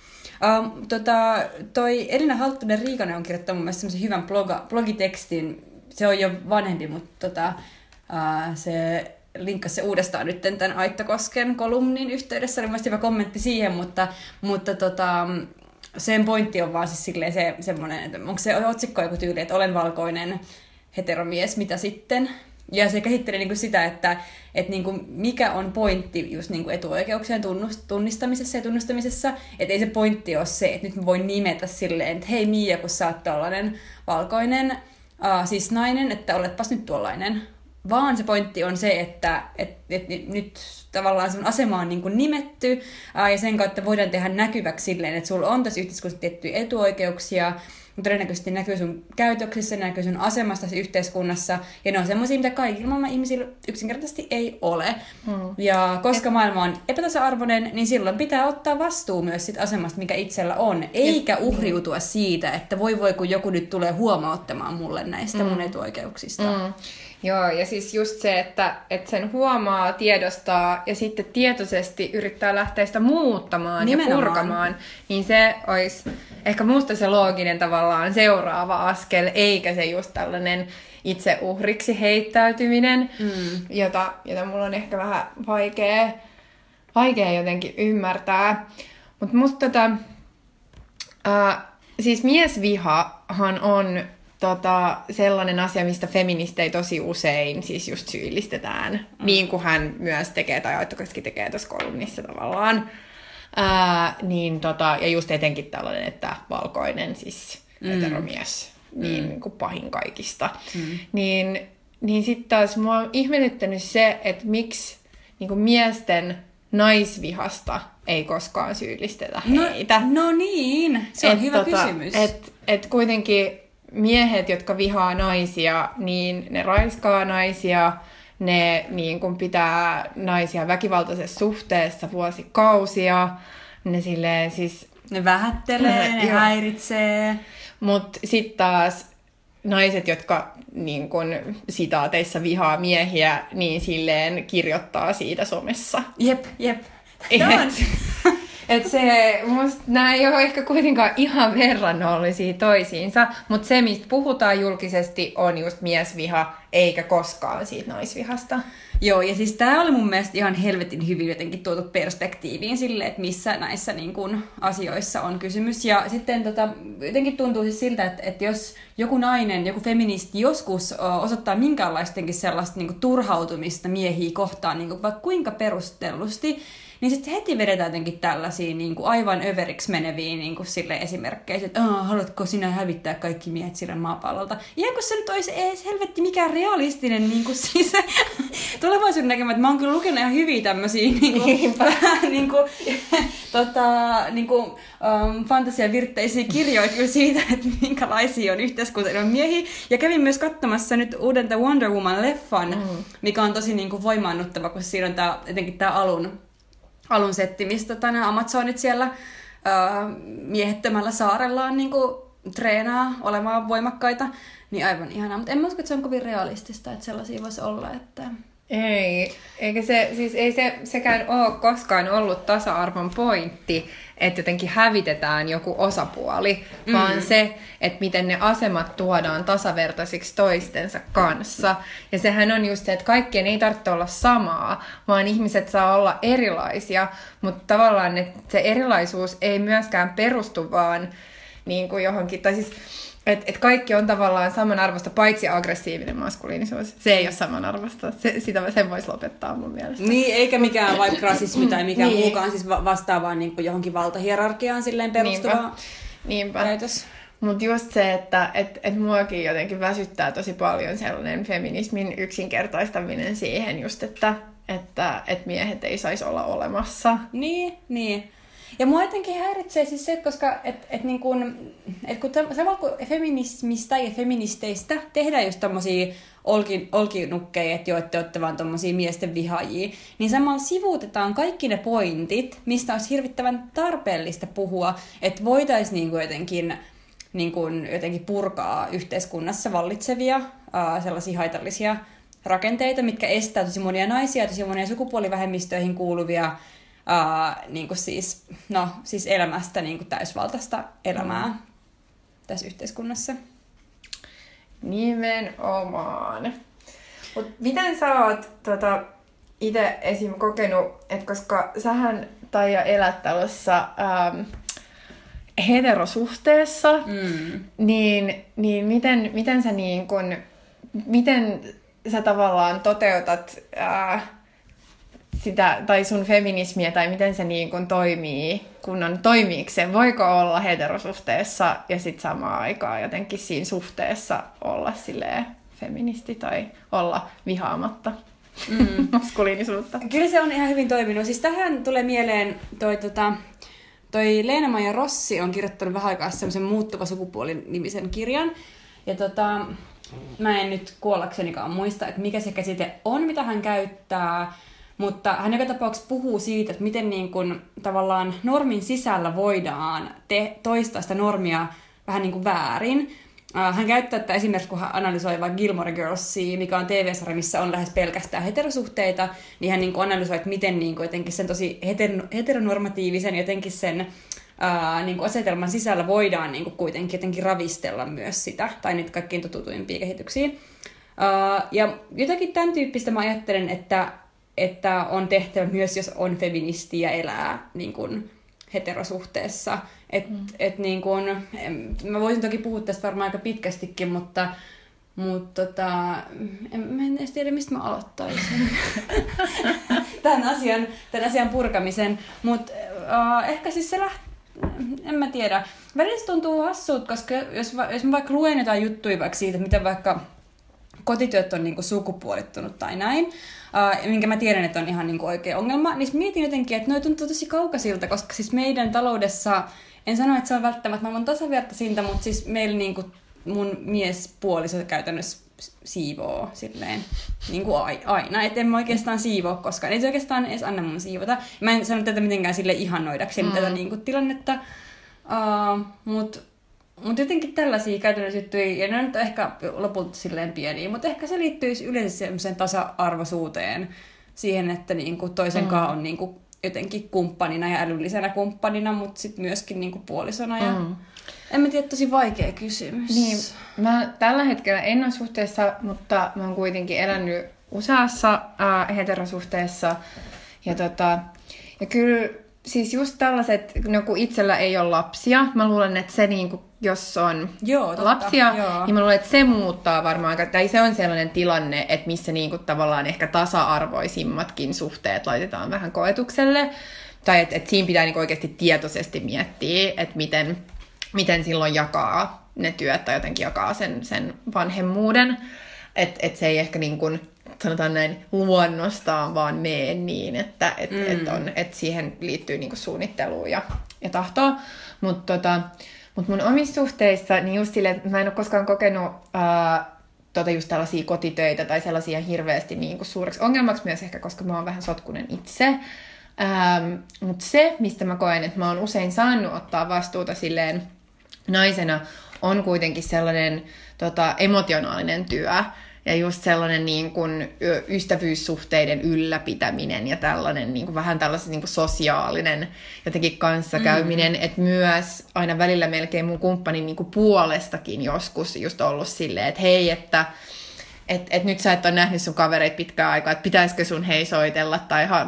Toi Elina Halttunen-Riikonen on kirjoittanut mun mielestä semmoisen hyvän blogitekstin. Se on jo vanhempi, mutta se linkkasi se uudestaan nyt tämän Aittokosken kolumnin yhteydessä. Oli mielestäni hyvä kommentti siihen, mutta sen pointti on vaan siis silleen semmoinen, että onko se otsikko joku tyyli, että olen valkoinen heteromies, mitä sitten? Ja se käsitteli niinku sitä, että niinku mikä on pointti just niinku etuoikeuksien tunnistamisessa ja tunnustamisessa. Että ei se pointti ole se, että nyt mä voin nimetä silleen, että hei Miia, kun sä oot tollainen valkoinen siis nainen, että oletpas nyt tuollainen. Vaan se pointti on se, että nyt tavallaan sun asema on niin kuin nimetty ja sen kautta voidaan tehdä näkyväksi silleen, että sulla on tässä yhteiskunnassa tiettyjä etuoikeuksia, todennäköisesti näkyy sun käytöksissä, näkyy sun asemassa yhteiskunnassa, ja ne on semmoisia, mitä kaikilla maailman ihmisillä yksinkertaisesti ei ole. Ja koska maailma on epätasa-arvoinen, niin silloin pitää ottaa vastuu myös siitä asemasta, mikä itsellä on, eikä uhriutua siitä, että voi kun joku nyt tulee huomauttamaan mulle näistä mun etuoikeuksista. Joo, ja siis just se, että sen huomaa, tiedostaa ja sitten tietoisesti yrittää lähteä sitä muuttamaan nimenomaan ja purkamaan, niin se olisi ehkä musta se looginen tavallaan seuraava askel, eikä se just tällainen itse uhriksi heittäytyminen, jota mulla on ehkä vähän vaikea jotenkin ymmärtää. Mutta musta siis miesvihahan on sellainen asia, mistä feministejä tosi usein siis just syyllistetään, niin kuin hän myös tekee, tai Aittokoski tekee tuossa kolumnissa tavallaan. Ja just etenkin tällainen, että valkoinen siis heteromies, niin kuin pahin kaikista. Niin sitten taas mua on ihmetyttänyt se, että miksi niin kuin miesten naisvihasta ei koskaan syyllistetä heitä. No niin, se on hyvä kysymys. Et kuitenkin miehet, jotka vihaa naisia, niin ne raiskaa naisia, ne niin kun pitää naisia väkivaltaisessa suhteessa vuosikausia, ne silleen siis... Ne vähättelee, ne häiritsee. Mutta sitten taas naiset, jotka niin kun sitaateissa vihaa miehiä, niin silleen kirjoittaa siitä somessa. Jep. että se, musta nämä ei ole ehkä kuitenkaan ihan verrannollisia toisiinsa, mutta se, mistä puhutaan julkisesti, on just miesviha, eikä koskaan siitä naisvihasta. Joo, ja siis tää oli mun mielestä ihan helvetin hyvin jotenkin tuotu perspektiiviin sille, että missä näissä niin kun, asioissa on kysymys. Ja sitten jotenkin tuntuu siis siltä, että jos joku nainen, joku feministi joskus osoittaa minkäänlaistenkin sellaista niin kun, turhautumista miehiä kohtaan, niin kun, vaikka kuinka perustellusti, niin sitten heti vedetään jotenkin tällaisia niin kuin aivan överiksi meneviä niin kuin sille esimerkkejä, että haluatko sinä hävittää kaikki miehet sille maapallolta. Ihan kun se nyt olisi edes helvetti mikään realistinen niin kuin siis, tulevaisuuden näkemä, että mä oon kyllä lukenut ihan hyviä tämmöisiä fantasiavirteisiä kirjoja kyllä siitä, että minkälaisia on yhteiskunta ilman miehiä. Ja kävin myös katsomassa nyt uuden The Wonder Woman-leffan, mikä on tosi niin kuin voimaannuttava, kun siinä on etenkin tämä alun setti, mistä nämä Amazonit siellä miehettömällä saarellaan niin kuin treenaa olemaan voimakkaita, niin aivan ihanaa. Mutta en mä usko, että se on kovin realistista, että sellaisia voisi olla. Että... Ei, eikä se, siis ei sekään ole koskaan ollut tasa-arvon pointti, että jotenkin hävitetään joku osapuoli, vaan se, että miten ne asemat tuodaan tasavertaisiksi toistensa kanssa. Ja sehän on just se, että kaikkien ei tarvitse olla samaa, vaan ihmiset saa olla erilaisia, mutta tavallaan että se erilaisuus ei myöskään perustu vaan niin kuin johonkin, tai siis että kaikki on tavallaan samanarvoista, paitsi aggressiivinen maskuliinisuus. Se ei ole samanarvoista. Sen voisi lopettaa mun mielestä. Niin, eikä mikään vaikka rasismi tai mikään muukaan siis vastaavaan niin johonkin valtahierarkiaan silleen perustuva käytös. Mutta just se, että muakin jotenkin väsyttää tosi paljon sellainen feminismin yksinkertaistaminen siihen just, että miehet ei saisi olla olemassa. Niin. Ja mua jotenkin häiritsee siis se, koska kun samalla kun feminismistä ja feministeistä tehdään just tommosia olkinukkeja, että joo, te olette vaan tommosia miesten vihaajia, niin samalla sivuutetaan kaikki ne pointit, mistä olisi hirvittävän tarpeellista puhua, että voitaisiin jotenkin purkaa yhteiskunnassa vallitsevia sellaisia haitallisia rakenteita, mitkä estää tosi monia naisia, tosi monia sukupuolivähemmistöihin kuuluvia siis elämästä täysvaltaista elämää tässä yhteiskunnassa. Nimenomaan. Mut miten sä oot itse esim. Kokenut, että koska sähän Taija elät tällaisessa heterosuhteessa, niin miten sä miten sä tavallaan toteutat sitä, tai sun feminismiä, tai miten se niin kuin toimii, toimiiko se, voiko olla heterosuhteessa ja sitten samaan aikaan jotenkin siinä suhteessa olla silleen feministi tai olla vihaamatta maskuliinisuutta. Kyllä se on ihan hyvin toiminut. Siis tähän tulee mieleen toi Leena-Maija Rossi on kirjoittanut vähän aikaa semmoisen Muuttuva sukupuoli-nimisen kirjan. Ja mä en nyt kuollaksenikaan muista, että mikä se käsite on, mitä hän käyttää. Mutta hän joka tapauksessa puhuu siitä, että miten niin kuin, tavallaan normin sisällä voidaan toistaa sitä normia vähän niin kuin väärin. Hän käyttää tätä esimerkiksi, kun hän analysoi vaikka Gilmore Girlsia, mikä on TV-sarja, missä on lähes pelkästään heterosuhteita, niin hän niin kuin analysoi, että miten niin kuin, jotenkin sen tosi heteronormatiivisen jotenkin sen niin kuin asetelman sisällä voidaan niin kuin kuitenkin jotenkin ravistella myös sitä, tai niitä kaikkein totutuimpia kehityksiä. Ja jotakin tämän tyyppistä mä ajattelen, että on tehtävä myös, jos on feministi ja elää niin kuin heterosuhteessa. Niin kuin, mä voisin toki puhua tästä varmaan aika pitkästikin, mutta mä en edes tiedä, mistä mä aloittaisin tämän asian purkamisen. Mutta ehkä siis se en mä tiedä. Välillä tuntuu hassulta, koska jos mä vaikka luen jotain juttuja vaikka siitä, miten vaikka kotityöt on niinku sukupuolittunut tai näin, minkä mä tiedän, että on ihan niinku oikea ongelma, niin mietin jotenkin, että noi tuntuu tosi kaukaisilta, koska siis meidän taloudessa, en sano, että se on välttämättä maailman tasavertaisinta, mutta siis meillä niinku mun miespuoliso käytännössä siivoo silleen niinku aina, et en mä oikeastaan siivoo koskaan, ei se oikeastaan edes anna mun siivota. Mä en sano tätä mitenkään sille ihannoidakseni tätä niinku tilannetta, mutta jotenkin tällaisia käytännössä juttuja, ja ne on nyt ehkä lopulta silleen pieniä, mutta ehkä se liittyisi yleensä semmoiseen tasa-arvoisuuteen, siihen, että niinku toisen kanssa on niinku jotenkin kumppanina ja älyllisenä kumppanina, mutta sitten myöskin niinku puolisona. Ja en mä tiedä, tosi vaikea kysymys. Niin, mä tällä hetkellä en ole suhteessa, mutta mä oon kuitenkin elänyt useassa heterosuhteessa. Ja kyllä siis just tällaiset, no kun itsellä ei ole lapsia, mä luulen, että se niinku, jos on lapsia, niin mä luulen, että se muuttaa varmaan, tai se on sellainen tilanne, että missä niinku tavallaan ehkä tasa-arvoisimmatkin suhteet laitetaan vähän koetukselle. Tai että siinä pitää niinku oikeasti tietoisesti miettiä, että miten silloin jakaa ne työt tai jotenkin jakaa sen vanhemmuuden. Että se ei ehkä niin kuin, sanotaan näin, luonnostaan vaan mene niin, että siihen liittyy niin kuin suunnitteluun ja tahtoa. Mutta mun omissa suhteissa, niin just silleen, että mä en ole koskaan kokenut just tällaisia kotitöitä tai sellaisia hirveästi niin kuin suureksi ongelmaksi myös ehkä, koska mä oon vähän sotkunen itse. Mutta se, mistä mä koen, että mä oon usein saanut ottaa vastuuta silleen naisena, on kuitenkin sellainen emotionaalinen työ ja just sellainen niin kuin ystävyyssuhteiden ylläpitäminen ja tällainen niin kuin vähän tällainen niin kuin sosiaalinen jotenkin kanssakäyminen, että myös aina välillä melkein mun kumppanin niin kuin puolestakin joskus just ollut silleen, että hei, että nyt sä et ole nähnyt sun kavereita pitkään aikaa, että pitäisikö sun hei soitella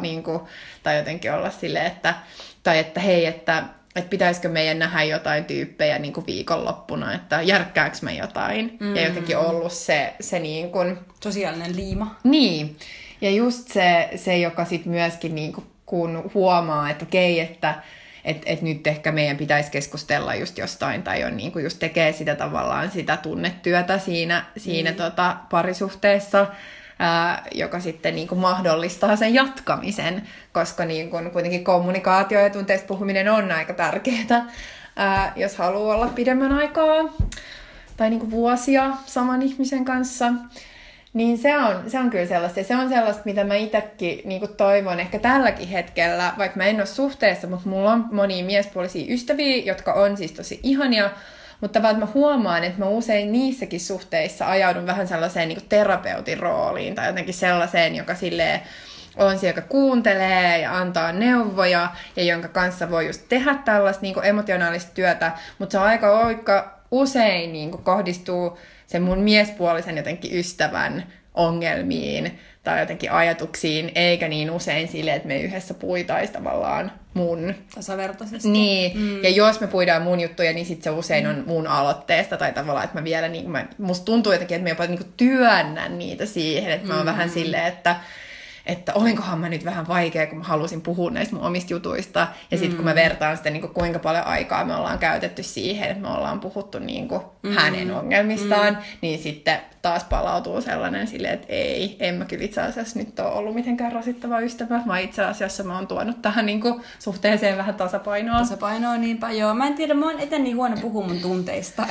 tai jotenkin olla silleen, että hei, että pitäisikö meidän nähdä jotain tyyppejä niin kuin viikonloppuna, että järkkääkö me jotain. Ja jotenkin ollut se niin kuin sosiaalinen liima. Niin. Ja just se joka sitten myöskin niin kuin, kun huomaa, että okei, että nyt ehkä meidän pitäisi keskustella just jostain, tai on niin kuin just tekee sitä tavallaan sitä tunnetyötä siinä parisuhteessa, joka sitten niin kuin mahdollistaa sen jatkamisen, koska niin kuin kuitenkin kommunikaatio ja tunteista puhuminen on aika tärkeää, jos haluaa olla pidemmän aikaa tai niin kuin vuosia saman ihmisen kanssa. Niin se on kyllä sellaista. Ja se on sellaista, mitä mä itsekin niin kuin toivon ehkä tälläkin hetkellä, vaikka mä en ole suhteessa, mutta mulla on monia miespuolisia ystäviä, jotka on siis tosi ihania, mutta vaan mä huomaan, että mä usein niissäkin suhteissa ajaudun vähän sellaiseen niin kuin terapeutin rooliin tai jotenkin sellaiseen, joka silleen on se, joka kuuntelee ja antaa neuvoja ja jonka kanssa voi just tehdä tällaista niin kuin emotionaalista työtä, mutta se on aika usein niin kuin kohdistuu sen mun miespuolisen jotenkin ystävän ongelmiin tai jotenkin ajatuksiin, eikä niin usein silleen, että me yhdessä puitaisi tavallaan mun. Tasavertaisesti. Niin, ja jos me puidaan mun juttuja, niin sit se usein on mun aloitteesta, tai tavallaan, että mä vielä, musta tuntuu jotenkin, että mä jopa niin työnnän niitä siihen, että mä oon vähän silleen, että olinkohan mä nyt vähän vaikea, kun mä halusin puhua näistä mun omista jutuista. Ja sitten kun mä vertaan sitä, niin kuinka paljon aikaa me ollaan käytetty siihen, että me ollaan puhuttu niin hänen ongelmistaan, niin sitten taas palautuu sellainen silleen, että en mä kyllä itse asiassa nyt ole ollut mitenkään rasittava ystävä, vaan itse asiassa mä oon tuonut tähän niin suhteeseen vähän tasapainoa. Tasapainoa, niinpä joo. Mä en tiedä, mä oon eten niin huono puhua mun tunteista.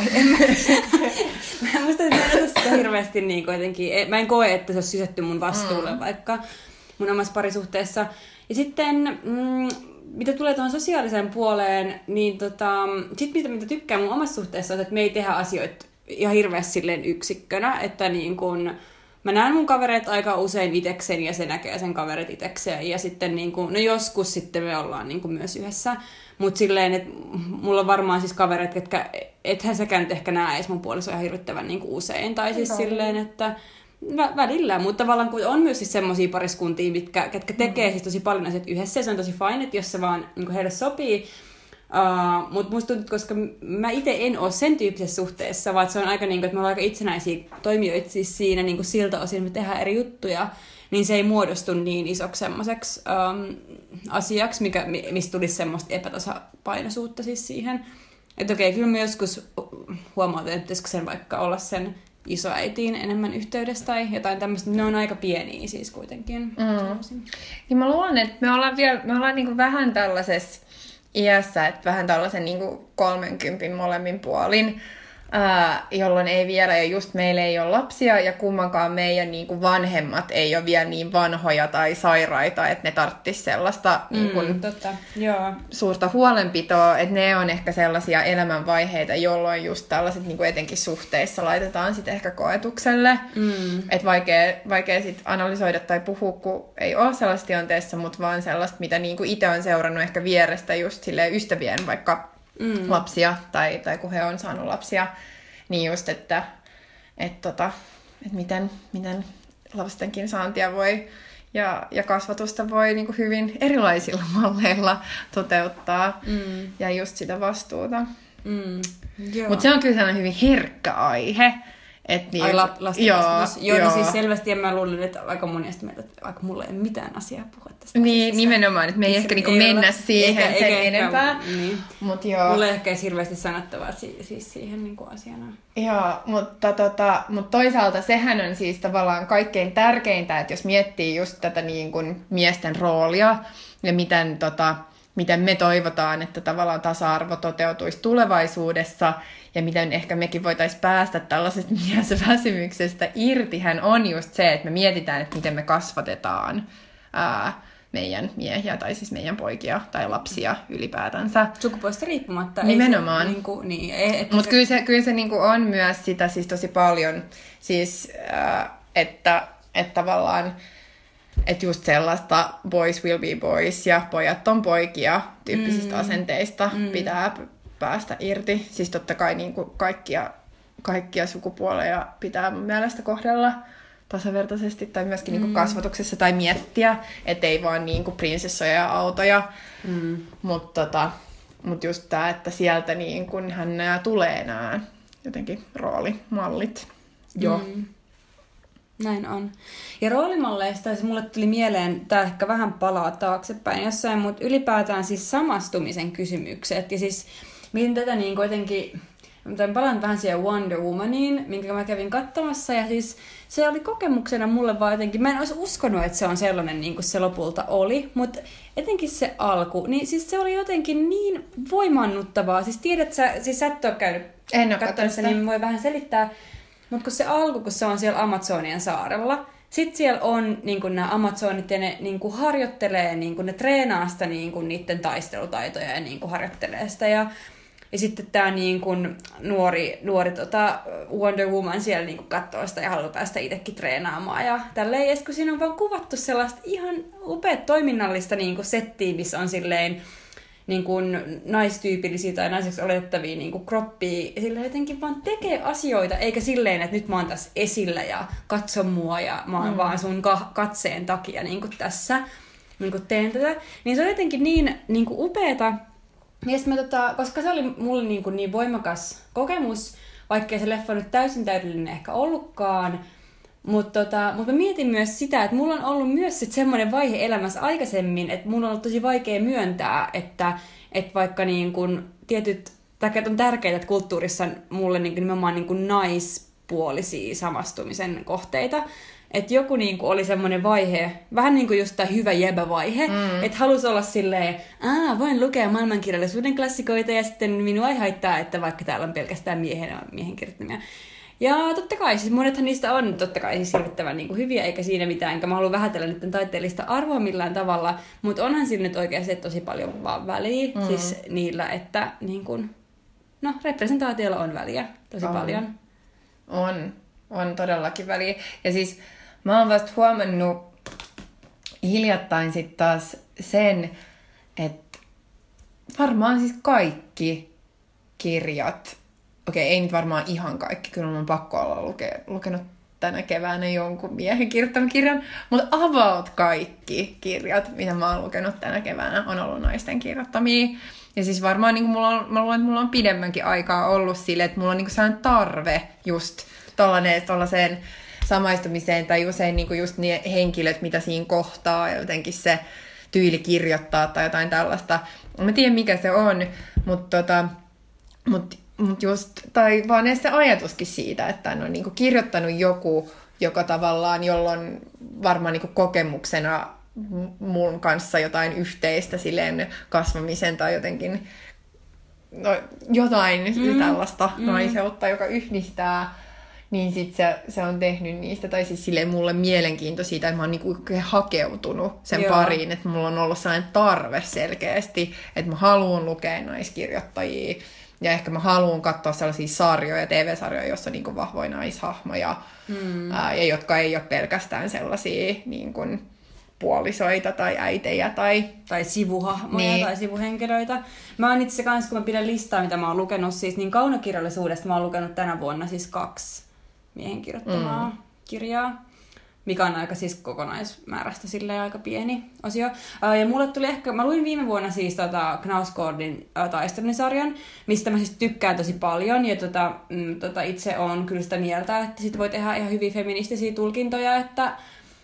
Musta sitä hirveästi niin jotenkin, mä en koe, että se olisi sysätty mun vastuulle vaikka mun omassa parisuhteessa. Ja sitten, mitä tulee tuohon sosiaaliseen puoleen, niin sit mitä tykkään mun omassa suhteessa on, että me ei tehdä asioita ihan hirveästi silleen yksikkönä, että niin kun mä näen mun kavereet aika usein itekseen ja se näkee sen kaverit itekseen ja sitten niin kun, no joskus sitten me ollaan niin kun myös yhdessä, mutta silleen, että mulla on varmaan siis kavereet, ketkä ethän säkään nyt ehkä näe edes mun puolisoa ihan hirvittävän niin kuin usein, tai siis silleen, että välillä, mutta tavallaan kun on myös siis semmosia pariskuntia, ketkä tekee siis tosi paljon asioita yhdessä, ja se on tosi fine, että jos se vaan niin heille sopii. Mutta musta tuntuu, koska mä itse en ole sen tyyppisessä suhteessa, vaan se on aika niin kuin, että me ollaan aika itsenäisiä toimijoita siis siinä niin kuin siltä osin, me tehdään eri juttuja, niin se ei muodostu niin isoksi semmoiseksi asiaksi, mistä tulisi semmoista epätasapainoisuutta siis siihen. Että okei, kyllä mä joskus huomaan, että pitäisikö sen vaikka olla sen isoäitiin enemmän yhteydessä tai jotain tämmöistä, ne on aika pieniä siis kuitenkin. Niin mä luulen, että me ollaan niinku vähän tällaisessa iässä, että vähän tällaisen niinku 30 molemmin puolin. jolloin ei vielä, ja just meillä ei ole lapsia, ja kummankaan meidän niin kuin vanhemmat ei ole vielä niin vanhoja tai sairaita, että ne tarvitsisi sellaista niin kuin, totta. Joo. suurta huolenpitoa, että ne on ehkä sellaisia elämänvaiheita, jolloin just tällaiset niin kuin etenkin suhteissa laitetaan sitten ehkä koetukselle. Että vaikea sitten analysoida tai puhua, kun ei ole sellaisessa tilanteessa, mutta vaan sellaista, mitä niin kuin itse on seurannut ehkä vierestä just silleen ystävien vaikka lapsia, tai kun he on saanut lapsia, niin just, että miten lastenkin saantia voi ja kasvatusta voi niin kuin hyvin erilaisilla malleilla toteuttaa, ja just sitä vastuuta. Mutta se on kyllä sellainen hyvin herkkä aihe. Niin, lasten kasvatus. Joo, niin siis selvästi, ja mä luulen, että aika monesti meiltä, vaikka mulla ei ole mitään asiaa puhua tästä. Niin, asiasta. Nimenomaan, että me ei ehkä niinku mennä siihen sen enempää. Niin. Mut joo. Mulla ei ehkä edes hirveästi sanottavaa siis siihen niinku asiana. Joo, mutta toisaalta sehän on siis tavallaan kaikkein tärkeintä, että jos miettii just tätä niin kuin miesten roolia ja miten me toivotaan, että tavallaan tasa-arvo toteutuisi tulevaisuudessa ja miten ehkä mekin voitaisiin päästä tällaisesta miesväsymyksestä irtihän on just se, että me mietitään, että miten me kasvatetaan meidän miehiä tai siis meidän poikia tai lapsia ylipäätänsä. Sukupuolesta riippumatta. Nimenomaan. Mutta kyllä se niinku on myös sitä siis tosi paljon, siis, että tavallaan että just sellaista boys will be boys ja pojat on poikia tyyppisistä asenteista pitää päästä irti. Siis totta kai niin kuin kaikkia sukupuoleja pitää mun mielestä kohdella tasavertaisesti tai myöskin niin kuin kasvatuksessa tai miettiä, ettei vaan niin kuin prinsessoja ja autoja. Mutta just tämä, että sieltä niin kuin nämä tulee nämä jotenkin roolimallit jo. Näin on. Ja roolimalleista mulle tuli mieleen, tämä ehkä vähän palaa taaksepäin jossain, mutta ylipäätään siis samastumisen kysymykset. Ja siis miten tätä niin jotenkin, palaan vähän siihen Wonder Womaniin, minkä mä kävin katsomassa. Ja siis se oli kokemuksena mulle vaan jotenkin, mä en olisi uskonut, että se on sellainen niin kuin se lopulta oli. Mutta etenkin se alku, niin siis se oli jotenkin niin voimannuttavaa. Siis tiedät sä et ole käynyt katsomassa, niin voi vähän selittää. Mutta kun se alku, kun se on siellä Amazonian saarella, sitten siellä on niin nämä Amazonit ja ne niin harjoittelee, niin ne treenaa sitä niin niiden taistelutaitoja ja niin harjoittelee sitä. Ja sitten tämä niin nuori Wonder Woman siellä niin katsoo sitä ja haluaa päästä itsekin treenaamaan. Ja tälleen, ja kun siinä on vaan kuvattu sellaista ihan upeat toiminnallista niin settiä, missä on silleen niin kuin naistyypillisiä tai naiseksi oletettavia niin kuin kroppia, sillä jotenkin vaan tekee asioita, eikä silleen, että nyt mä oon tässä esillä ja katso mua ja mä oon vaan sun katseen takia niin kuin tässä niin kuin teen tätä. Niin se on jotenkin niin kuin upeeta. Ja sitten koska se oli mulle niin voimakas kokemus, vaikkei se leffa nyt täysin täydellinen ehkä ollutkaan, mutta mä mietin myös sitä, että mulla on ollut myös sit semmoinen vaihe elämässä aikaisemmin, että mulla on ollut tosi vaikea myöntää, että vaikka niin kun tietyt, tai on tärkeää, että kulttuurissa on mulle niin nimenomaan niin naispuolisia samastumisen kohteita. Että joku niin kuin oli semmoinen vaihe, vähän niin kuin just tämä hyvä jäbä-vaihe, että halusi olla silleen, voin lukea maailmankirjallisuuden klassikoita ja sitten minua ei haittaa, että vaikka täällä on pelkästään miehen kirjoittamia. Ja totta kai, siis monethan niistä on totta kai siis hirvittävän niin kuin hyviä, eikä siinä mitään, enkä mä halua vähätellä niiden taiteellista arvoa millään tavalla, mutta onhan siinä nyt oikeasti tosi paljon vaan väliä, siis niillä, että niin kuin, representaatiolla on väliä tosi paljon. On todellakin väliä. Ja siis mä oon vasta huomannut hiljattain sitten taas sen, että varmaan siis kaikki kirjat, ei nyt varmaan ihan kaikki, kyllä mun on pakko olla lukenut tänä keväänä jonkun miehen kirjoittaman kirjan, mutta about kaikki kirjat, mitä mä oon lukenut tänä keväänä, on ollut naisten kirjoittamia. Ja siis varmaan niin mä luulen, että mulla on pidemmänkin aikaa ollut sille, että mulla on niin sellainen tarve just tollaiseen samaistumiseen, tai usein niin just ne henkilöt, mitä siinä kohtaa, ja jotenkin se tyyli kirjoittaa tai jotain tällaista. Mä tiedän, mikä se on, mutta just, tai vaan edes se ajatuskin siitä, että on niin kirjoittanut joku, joka tavallaan, jolloin varmaan niin kokemuksena mun kanssa jotain yhteistä silleen kasvamisen tai jotenkin jotain tällaista naiseutta, joka yhdistää, niin sit se on tehnyt niistä, tai siis silleen mulle mielenkiinto siitä, että mä oon niinku hakeutunut sen pariin, että mulla on ollut sellainen tarve selkeästi, että mä haluan lukea naiskirjoittajia, ja ehkä mä haluan katsoa sellaisia sarjoja, TV-sarjoja, joissa on niinku vahvoja naishahmoja, ja jotka ei ole pelkästään sellaisia niinku puolisoita tai äitejä tai sivuhahmoja tai sivuhenkilöitä. Mä oon itse kanssa, kun mä pidän listaa, mitä mä oon lukenut, siis niin kaunokirjallisuudesta mä oon lukenut tänä vuonna siis 2 miehen kirjoittamaa kirjaa, mikä on aika siis kokonaismäärästä silleen aika pieni osio. Ja mulle tuli mä luin viime vuonna siis Knausgårdin taistelunisarjan, mistä mä siis tykkään tosi paljon, ja itse on kyllä sitä mieltä, että sit voi tehdä ihan hyvin feministisiä tulkintoja, että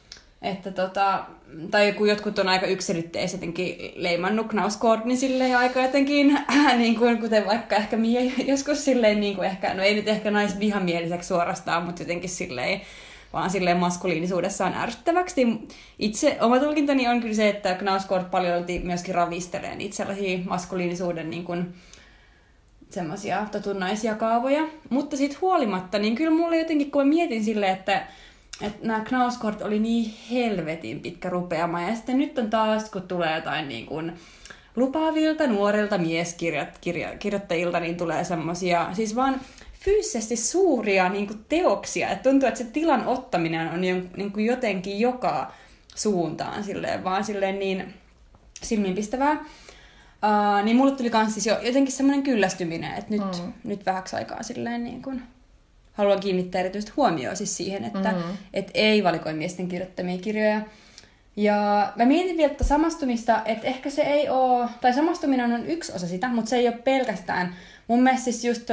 tai kun jotkut on aika yksiselitteisesti jotenkin leimannut Knausgårdin silleen aika jotenkin, niin kuin, kuten vaikka ehkä Mia joskus silleen, niin kuin ehkä, no ei nyt ehkä naisvihamieliseksi suorastaan, mutta jotenkin silleen, vaan silleen maskuliinisuudessaan ärsyttäväksi. Itse oma tulkintani on kyllä se, että Knausgård paljolti myöskin ravistelee niitä sellaisia maskuliinisuuden niin kuin semmoisia totunnaisia kaavoja. Mutta siitä huolimatta, niin kyllä mulle jotenkin, kun mä mietin silleen, että nämä Knausgård oli niin helvetin pitkä rupeama. Ja sitten nyt on taas, kun tulee jotain niin kuin lupaavilta nuorilta mieskirjoittajilta, niin tulee semmosia, siis vaan fyysisesti suuria niin kuin teoksia. Et tuntuu, että se tilan ottaminen on niin kuin jotenkin joka suuntaan silleen, vaan silleen niin silmiinpistävää. Niin mulle tuli kans siis jo jotenkin semmoinen kyllästyminen, että nyt vähäksi aikaa silleen niin kuin haluan kiinnittää erityisesti huomioon siis siihen, että et ei valikoi miesten kirjoittamia kirjoja. Ja mä mietin vielä samastumista, että ehkä se ei ole, tai samastuminen on yksi osa sitä, mutta se ei ole pelkästään. Mun mielestä siis just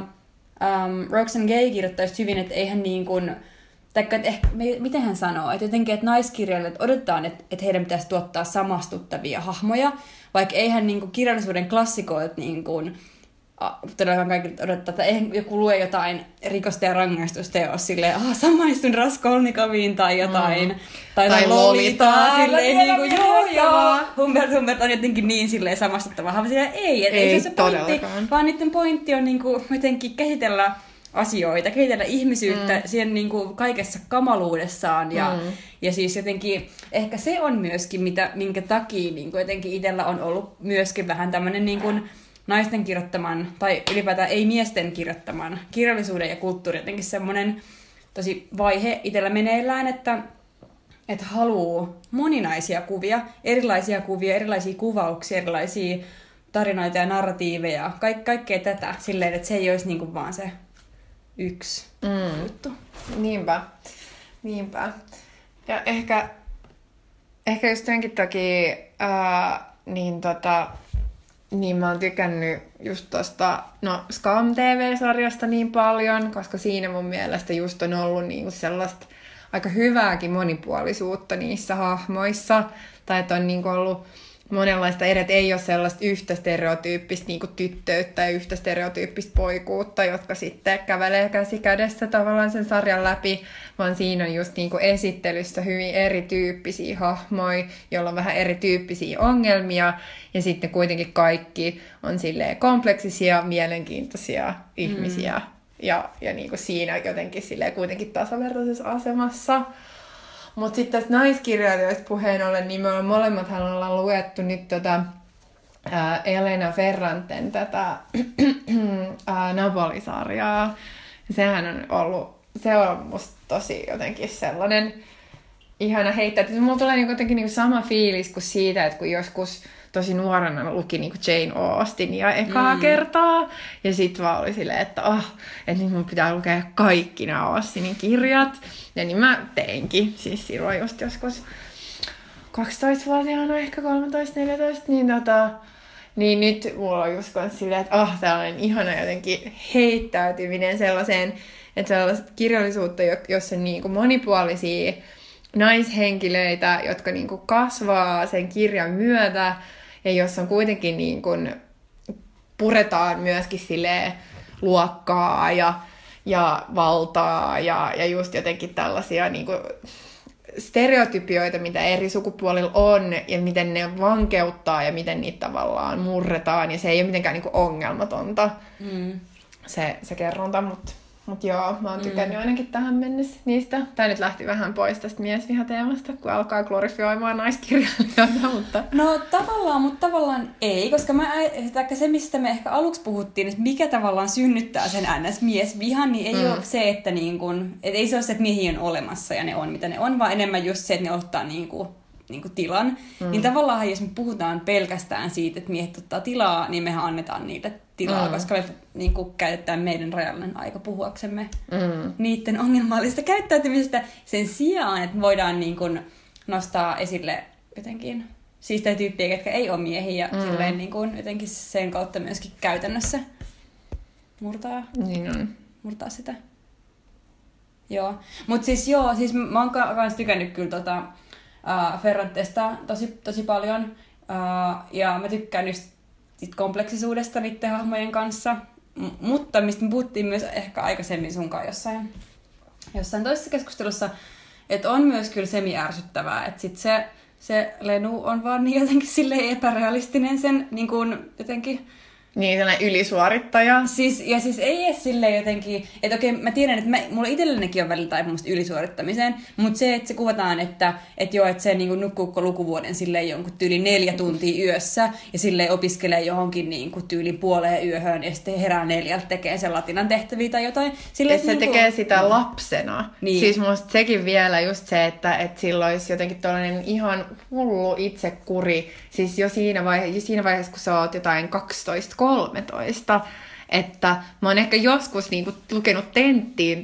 Roxane Gay kirjoittaa just hyvin, että eihän niin kuin, tai ehkä, miten hän sanoo, että jotenkin, että naiskirjailijat odotetaan, että heidän pitäisi tuottaa samastuttavia hahmoja, vaikka eihän niin kuin kirjallisuuden klassikoilta niin kuin todellakaan kaikille odottaa, että joku lue jotain rikosta ja rangaistusteos silleen, samaistun Raskolnikoviin tai jotain, tai Lolitaa, silleen niin kuin, joo, Humbert on jotenkin niin silleen samastuttava hahmo, silleen ei se pointti, vaan niiden pointti on niin kuin jotenkin käsitellä asioita, käsitellä ihmisyyttä siihen niin kuin kaikessa kamaluudessaan, ja siis jotenkin, ehkä se on myöskin, minkä takia niin kuin jotenkin itsellä on ollut myöskin vähän tämmöinen niin kuin naisten kirjoittaman, tai ylipäätään ei miesten kirjoittaman kirjallisuuden ja kulttuuri jotenkin semmoinen tosi vaihe itsellä meneillään, että haluaa moninaisia kuvia, erilaisia kuvauksia, erilaisia tarinoita ja narratiiveja, kaikkea tätä, silleen, että se ei olisi niinku vaan se yksi juttu. Niinpä. Ja ehkä just senkin takia, niin mä oon tykännyt just tosta Skam TV-sarjasta niin paljon, koska siinä mun mielestä just on ollut niinku sellaista aika hyvääkin monipuolisuutta niissä hahmoissa. Tai että on niinku ollut monenlaista eri, että ei ole sellaista yhtä stereotyyppistä niinku tyttöyttä ja yhtä stereotyyppistä poikuutta, jotka sitten kävelee käsi kädessä tavallaan sen sarjan läpi, vaan siinä on just niinku esittelyssä hyvin erityyppisiä hahmoja, joilla on vähän erityyppisiä ongelmia, ja sitten kuitenkin kaikki on silleen kompleksisia, mielenkiintoisia ihmisiä, ja niinku siinä jotenkin silleen kuitenkin tasavertaisessa asemassa. Mutta sitten tästä naiskirjailijoista puheen ollen, niin me molemmathan ollaan luettu nyt Elena Ferranten tätä Napoli-sarjaa. Sehän on ollut, se on musta tosi jotenkin sellainen ihana heittää. Mulla tulee jotenkin niinku sama fiilis kuin siitä, että kun joskus tosi nuorena luki niinku Jane Austenia ekaa kertaa. Ja sit vaan oli silleen, että nyt mun pitää lukea kaikki nämä Austenin kirjat. Ja niin mä teinkin. Siis silloin just joskus 12-vuotiaana, ehkä 13-14, niin nyt mulla on just silleen, että tällainen ihana jotenkin heittäytyminen sellaiseen, että sellaista kirjallisuutta, jossa on niinku monipuolisia naishenkilöitä, jotka niinku kasvaa sen kirjan myötä, ja jossa on kuitenkin niinku puretaan myöskin silleen luokkaa ja valtaa ja just jotenkin tällaisia niinku stereotypioita, mitä eri sukupuolilla on, ja miten ne vankeuttaa, ja miten niitä tavallaan murretaan, ja se ei ole mitenkään niinku ongelmatonta, se kerronta, mutta joo, mä oon tykännyt ainakin tähän mennessä niistä. Tää nyt lähti vähän pois tästä miesvihateemasta, kun alkaa glorifioimaan naiskirjailijoita, mutta... No tavallaan ei, koska se, mistä me ehkä aluksi puhuttiin, että mikä tavallaan synnyttää sen NS-miesvihan, niin ei ole se, että ei se ole se, että miehiä on olemassa ja ne on mitä ne on, vaan enemmän just se, että ne ottaa tilan. Niin tavallaan, jos me puhutaan pelkästään siitä, että miehet ottaa tilaa, niin mehän annetaan niille tilaa, koska me käytetään meidän rajallinen aika puhuaksemme niiden ongelmallista käyttäytymisestä sen sijaan, että voidaan nostaa esille jotenkin siistejä tyyppiä, ketkä ei ole miehiä, ja silleen jotenkin sen kautta myöskin käytännössä murtaa sitä. Joo. Mutta siis mä oon kans tykännyt kyllä Ferrantesta tosi paljon. Ja mä tykkään just kompleksisuudesta niiden hahmojen kanssa. Mutta mistä me puhuttiin myös ehkä aikaisemmin sunkaan jossain toisessa keskustelussa, että on myös kyllä semi-ärsyttävää, että sit se Lenu on vaan niin jotenkin silleen epärealistinen sen jotenkin... Niin, sellainen ylisuorittaja. Siis ei edes silleen jotenkin, että okei, mä tiedän, että mulla itsellenikin on välillä taipumusta ylisuorittamiseen, mutta se, että se kuvataan, että se nukkuu lukuvuoden silleen jonkun tyyli 4 tuntia yössä, ja silleen opiskelee johonkin tyylin puoleen yöhön, ja sitten herää 4, tekee sen latinan tehtäviä tai jotain. Silleen, se tekee sitä lapsena. Niin. Siis musta sekin vielä just se, että sillä olisi jotenkin tollainen ihan hullu itsekuri, siis jo siinä vaiheessa, kun sä oot jotain 12-13, että mä oon ehkä joskus lukenut tenttiin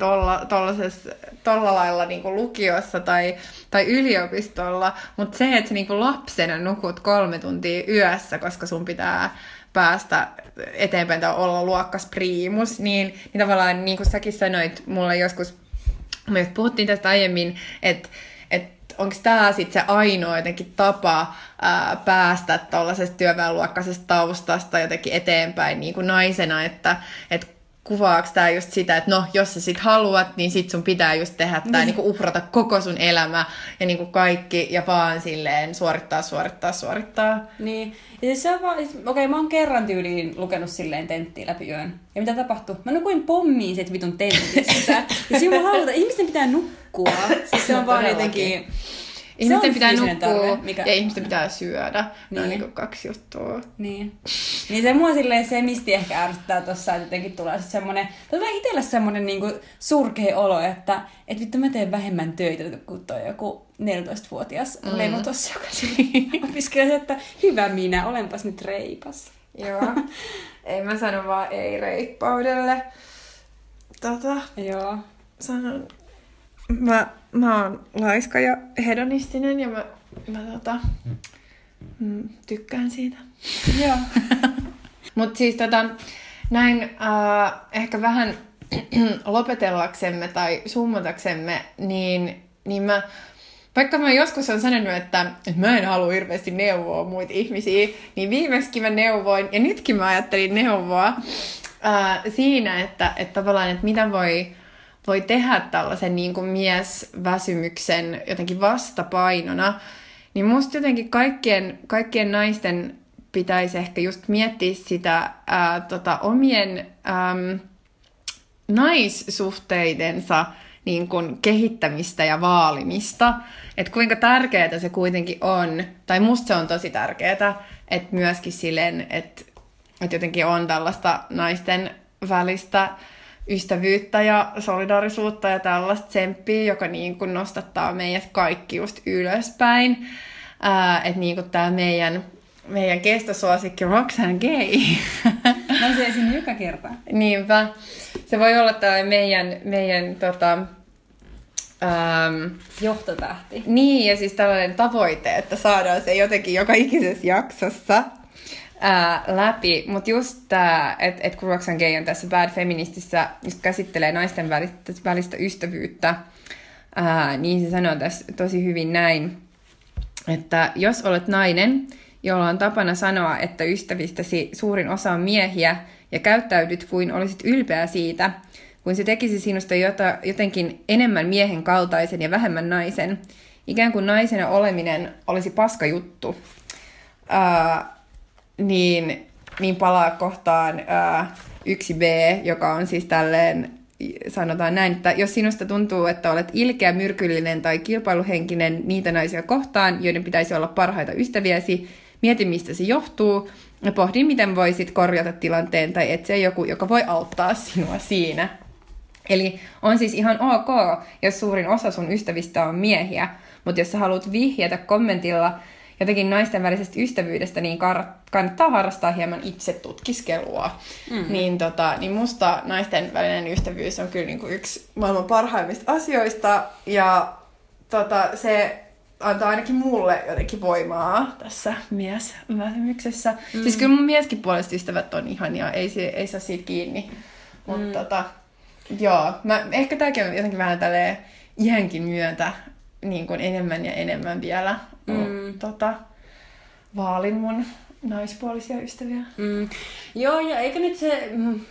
tolla lailla lukiossa tai yliopistolla, mutta se, että sä lapsena nukut 3 tuntia yössä, koska sun pitää päästä eteenpäin tai olla luokkas priimus, niin tavallaan niin kuin säkin sanoit mulle joskus, me puhuttiin tästä aiemmin, että onko tämä sitten se ainoa jotenkin tapa päästä tuollaisesta työväenluokkaisesta taustasta jotenkin eteenpäin niin kuin naisena, että kuvaako tämä just sitä, että no, jos sä sit haluat, niin sit sun pitää just tehdä tämä, niin kuin uhrata koko sun elämä ja niin kuin kaikki, ja vaan silleen suorittaa. Niin, ja siis se on vaan, okei, mä oon kerran tyyliin lukenut silleen tenttiä läpi yön. Ja mitä tapahtui? Mä nukuin pommiin sit vitun tentistä. Ja siinä mä haluan, ihmisten pitää nukkua. Siis se on vaan jotenkin... Ihmisten pitää nukkua ja ihmisten pitää syödä. Ne on niinku 2 juttua. Niin se mua silleen semisti ehkä ärsyttää tossa, että jotenkin tulee semmonen, itselle semmonen niinku surkea olo, että vittu mä teen vähemmän töitä kuin toi joku 14-vuotias Lenu tossa, joka opiskelee, että hyvä minä, olenpas nyt reipas. Joo, ei mä sano vaan ei reippaudelle. Joo. Sanon... Mä oon laiska ja hedonistinen ja mä tykkään siitä. Joo. Mut siis näin ehkä vähän lopetellaksemme tai summataksemme, niin vaikka mä joskus on sanonut, että mä en halua hirveästi neuvoa muita ihmisiä, niin viimeksikin mä neuvoin ja nytkin mä ajattelin neuvoa siinä, että tavallaan, että mitä voi tehdä tällaisen niin kuin miesväsymyksen jotenkin vastapainona, niin musta jotenkin kaikkien naisten pitäisi ehkä just miettiä sitä omien naissuhteidensa niin kuin kehittämistä ja vaalimista, että kuinka tärkeää se kuitenkin on, tai musta se on tosi tärkeää, että myöskin silleen, että jotenkin on tällaista naisten välistä ystävyyttä ja solidaarisuutta ja tällaista tsemppiä, joka niin kuin nostattaa meidät kaikki just ylöspäin. Että niin kuin tämä meidän kestosuosikki Roxane Gay. No se esiin joka kerta. Niinpä. Se voi olla tällainen meidän johtotähti. Niin, ja siis tällainen tavoite, että saadaan se jotenkin joka ikisessä jaksossa läpi, mutta just tämä, että kun Roxane Gay on tässä Bad Feministissä, just käsittelee naisten välistä ystävyyttä, niin se sanoo tässä tosi hyvin näin, että jos olet nainen, jolla on tapana sanoa, että ystävistäsi suurin osa on miehiä, ja käyttäydyt kuin olisit ylpeä siitä, kuin se tekisi sinusta jotenkin enemmän miehen kaltaisen ja vähemmän naisen, ikään kuin naisena oleminen olisi paska juttu, niin palaa kohtaan 1b, joka on siis tälleen, sanotaan näin, että jos sinusta tuntuu, että olet ilkeä, myrkyllinen tai kilpailuhenkinen niitä naisia kohtaan, joiden pitäisi olla parhaita ystäviäsi, mieti mistä se johtuu ja pohdi, miten voisit korjata tilanteen tai etsiä joku, joka voi auttaa sinua siinä. Eli on siis ihan ok, jos suurin osa sun ystävistä on miehiä, mutta jos sä haluat vihjata kommentilla jotenkin naisten välisestä ystävyydestä, niin kannattaa harrastaa hieman itsetutkiskelua. Niin musta naisten välinen ystävyys on kyllä niinku yksi maailman parhaimmista asioista, ja se antaa ainakin mulle jotenkin voimaa tässä miesväsymyksessä. Siis kyllä mun mieskin puolesta ystävät on ihania, ei saa siitä kiinni. Mutta joo, ehkä tämäkin on jotenkin vähän tälleen iänkin myötä niin kuin enemmän ja enemmän vielä vaalin mun naispuolisia ystäviä. Joo, ja eikä nyt se,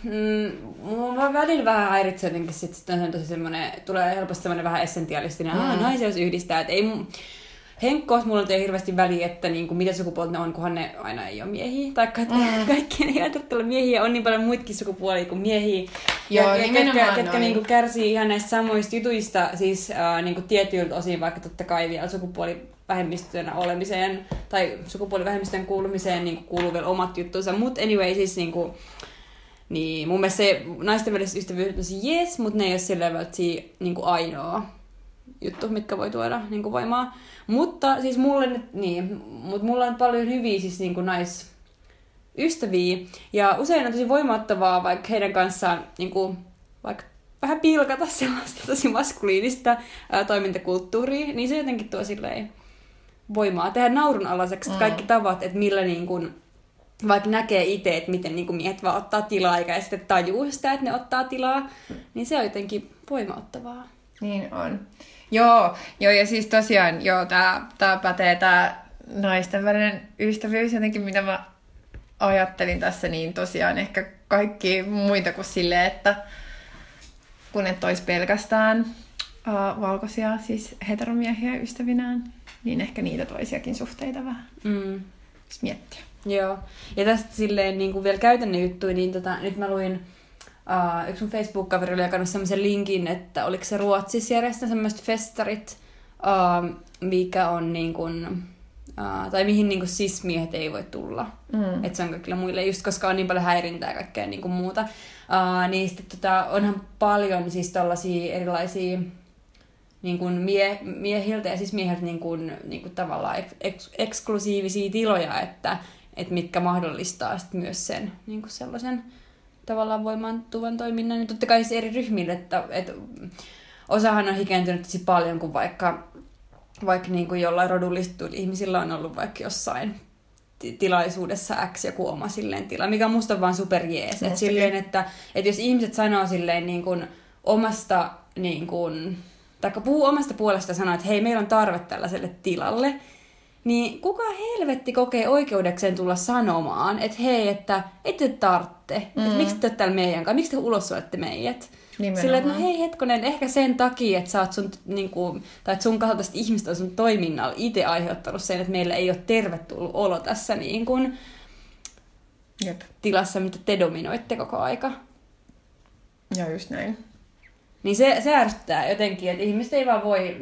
mua välillä vähän häiritsee jotenkin sitten tosi semmoinen, tulee helposti semmoinen vähän essentialistinen, naisia yhdistää, että ei henkkoos mulla ei hirveästi väliä, että niinku, mitä sukupuolta ne on, kunhan ne aina ei ole miehiä. Tai kaikkien ei ajatella olla miehiä, on niin paljon muitakin sukupuolia kuin miehiä. Joo, ja ketkä niinku kärsii ihan näistä samoista jutuista, siis niinku tietyiltä osin, vaikka totta kai vielä sukupuolivähemmistönä olemiseen tai sukupuolivähemmistön kuulumiseen niinku kuuluu vielä omat juttunsa. Mutta anyway, siis niinku, niin mun mielestä se naisten väliset ystävyys on tosi jees, mutta ne ei ole silleen välttämättä niinku ainoa juttu, mitkä voi tuoda niinku voimaa. Mutta siis mulla on paljon hyviä siis niinku naisystäviä, ja usein on tosi voimauttavaa vaikka heidän kanssaan niinku, vaikka vähän pilkata sellaista tosi maskuliinista toimintakulttuuria, niin se jotenkin tuo silleen voimaa. Tehdä naurunalaiseksi kaikki tavat, että millä niinku, vaikka näkee itse, että miten niinku miehet vaan ottaa tilaa, eikä sitten tajuu sitä, että ne ottaa tilaa, niin se on jotenkin voimauttavaa. Niin on. Joo, ja siis tosiaan, tää pätee tää naisten välinen ystävyys jotenkin, mitä mä ajattelin tässä, niin tosiaan ehkä kaikki muita kuin silleen, että kun et ois pelkästään valkoisia, siis heteromiehiä ystävinään, niin ehkä niitä toisiakin suhteita vähän miettiä. Joo, ja tästä silleen niin kuin vielä käytännön juttuja, niin nyt mä luin yksi mun Facebook-kaveri oli jakanut semmoisen linkin, että oliko se Ruotsissa järjestää semmoiset festarit, mikä on niin kuin, tai mihin niin kuin cis-miehet ei voi tulla. Että se on kaikille muille, just koska on niin paljon häirintää ja kaikkea niin kuin muuta. Niin sitten onhan paljon siis tollaisia erilaisia niin kuin miehiltä ja siis mieheltä niin kuin tavallaan eksklusiivisia tiloja, että mitkä mahdollistaa sit myös sen niin kuin sellaisen tavallaan voimaantuvan toiminnan, niin totta kai eri ryhmille, että osahan on hikentynyt tosi paljon, kun vaikka niin kuin jollain rodullistuilla ihmisillä on ollut vaikka jossain tilaisuudessa X joku oma silleen tila, mikä on musta vaan superjees. Että silleen, että jos ihmiset sanoo silleen niin kuin omasta, niin kuin, tai puhuu omasta puolesta sanoo, että hei, meillä on tarve tällaiselle tilalle, niin kuka helvetti kokee oikeudekseen tulla sanomaan, että hei, että ette tarvitse, että miksi te olette täällä meidän kanssa, miksi te ulos olette meidät. Sillä että no hei hetkonen, ehkä sen takia, että sä oot sun, niin kuin, tai että sun kaltaiset ihmiset on sun toiminnalla itse aiheuttanut sen, että meillä ei ole tervetullut olo tässä niin kuin tilassa, mitä te dominoitte koko aika. Ja just näin. Niin se ärsyttää jotenkin, että ihmiset ei vaan voi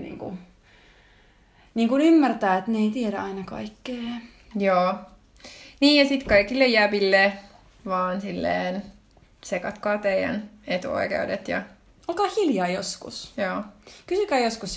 niin kuin ymmärtää, että ne ei tiedä aina kaikkea. Joo. Niin ja sit kaikille jääville vaan silleen sekatkaa teidän etuoikeudet ja... Olkaa hiljaa joskus. Joo. Kysykää joskus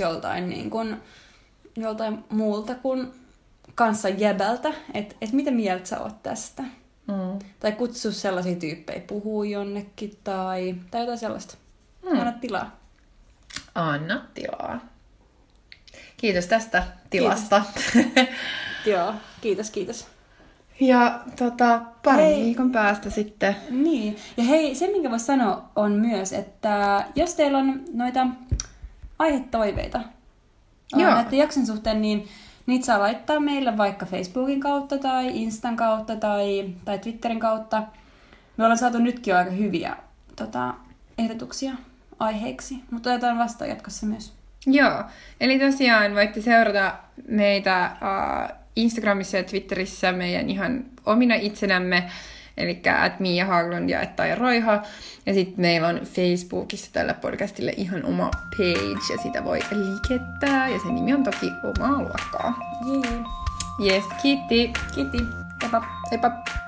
joltain muulta kuin kanssajäbältä, että mitä mieltä sä oot tästä. Tai kutsu sellaisia tyyppejä puhuu jonnekin tai jotain sellaista. Anna tilaa. Anna tilaa. Kiitos tästä tilasta. Joo, kiitos. Ja parin viikon päästä sitten. Niin, ja hei, se minkä voisi sanoa on myös, että jos teillä on noita aihetoiveita näiden jakson suhteen, niin niitä saa laittaa meille vaikka Facebookin kautta tai Instan kautta tai Twitterin kautta. Me ollaan saatu nytkin aika hyviä ehdotuksia aiheiksi, mutta otetaan vastaan jatkossa myös. Joo, eli tosiaan voitte seurata meitä Instagramissa ja Twitterissä meidän ihan omina itsenämme, eli @Mia Haglund ja @Taija Roiha. Ja sitten meillä on Facebookissa tällä podcastille ihan oma page, ja sitä voi likettää, ja sen nimi on toki Omaa luokkaa. Jee. Yes, kiitti. Kiitti. Heippa. Heippa.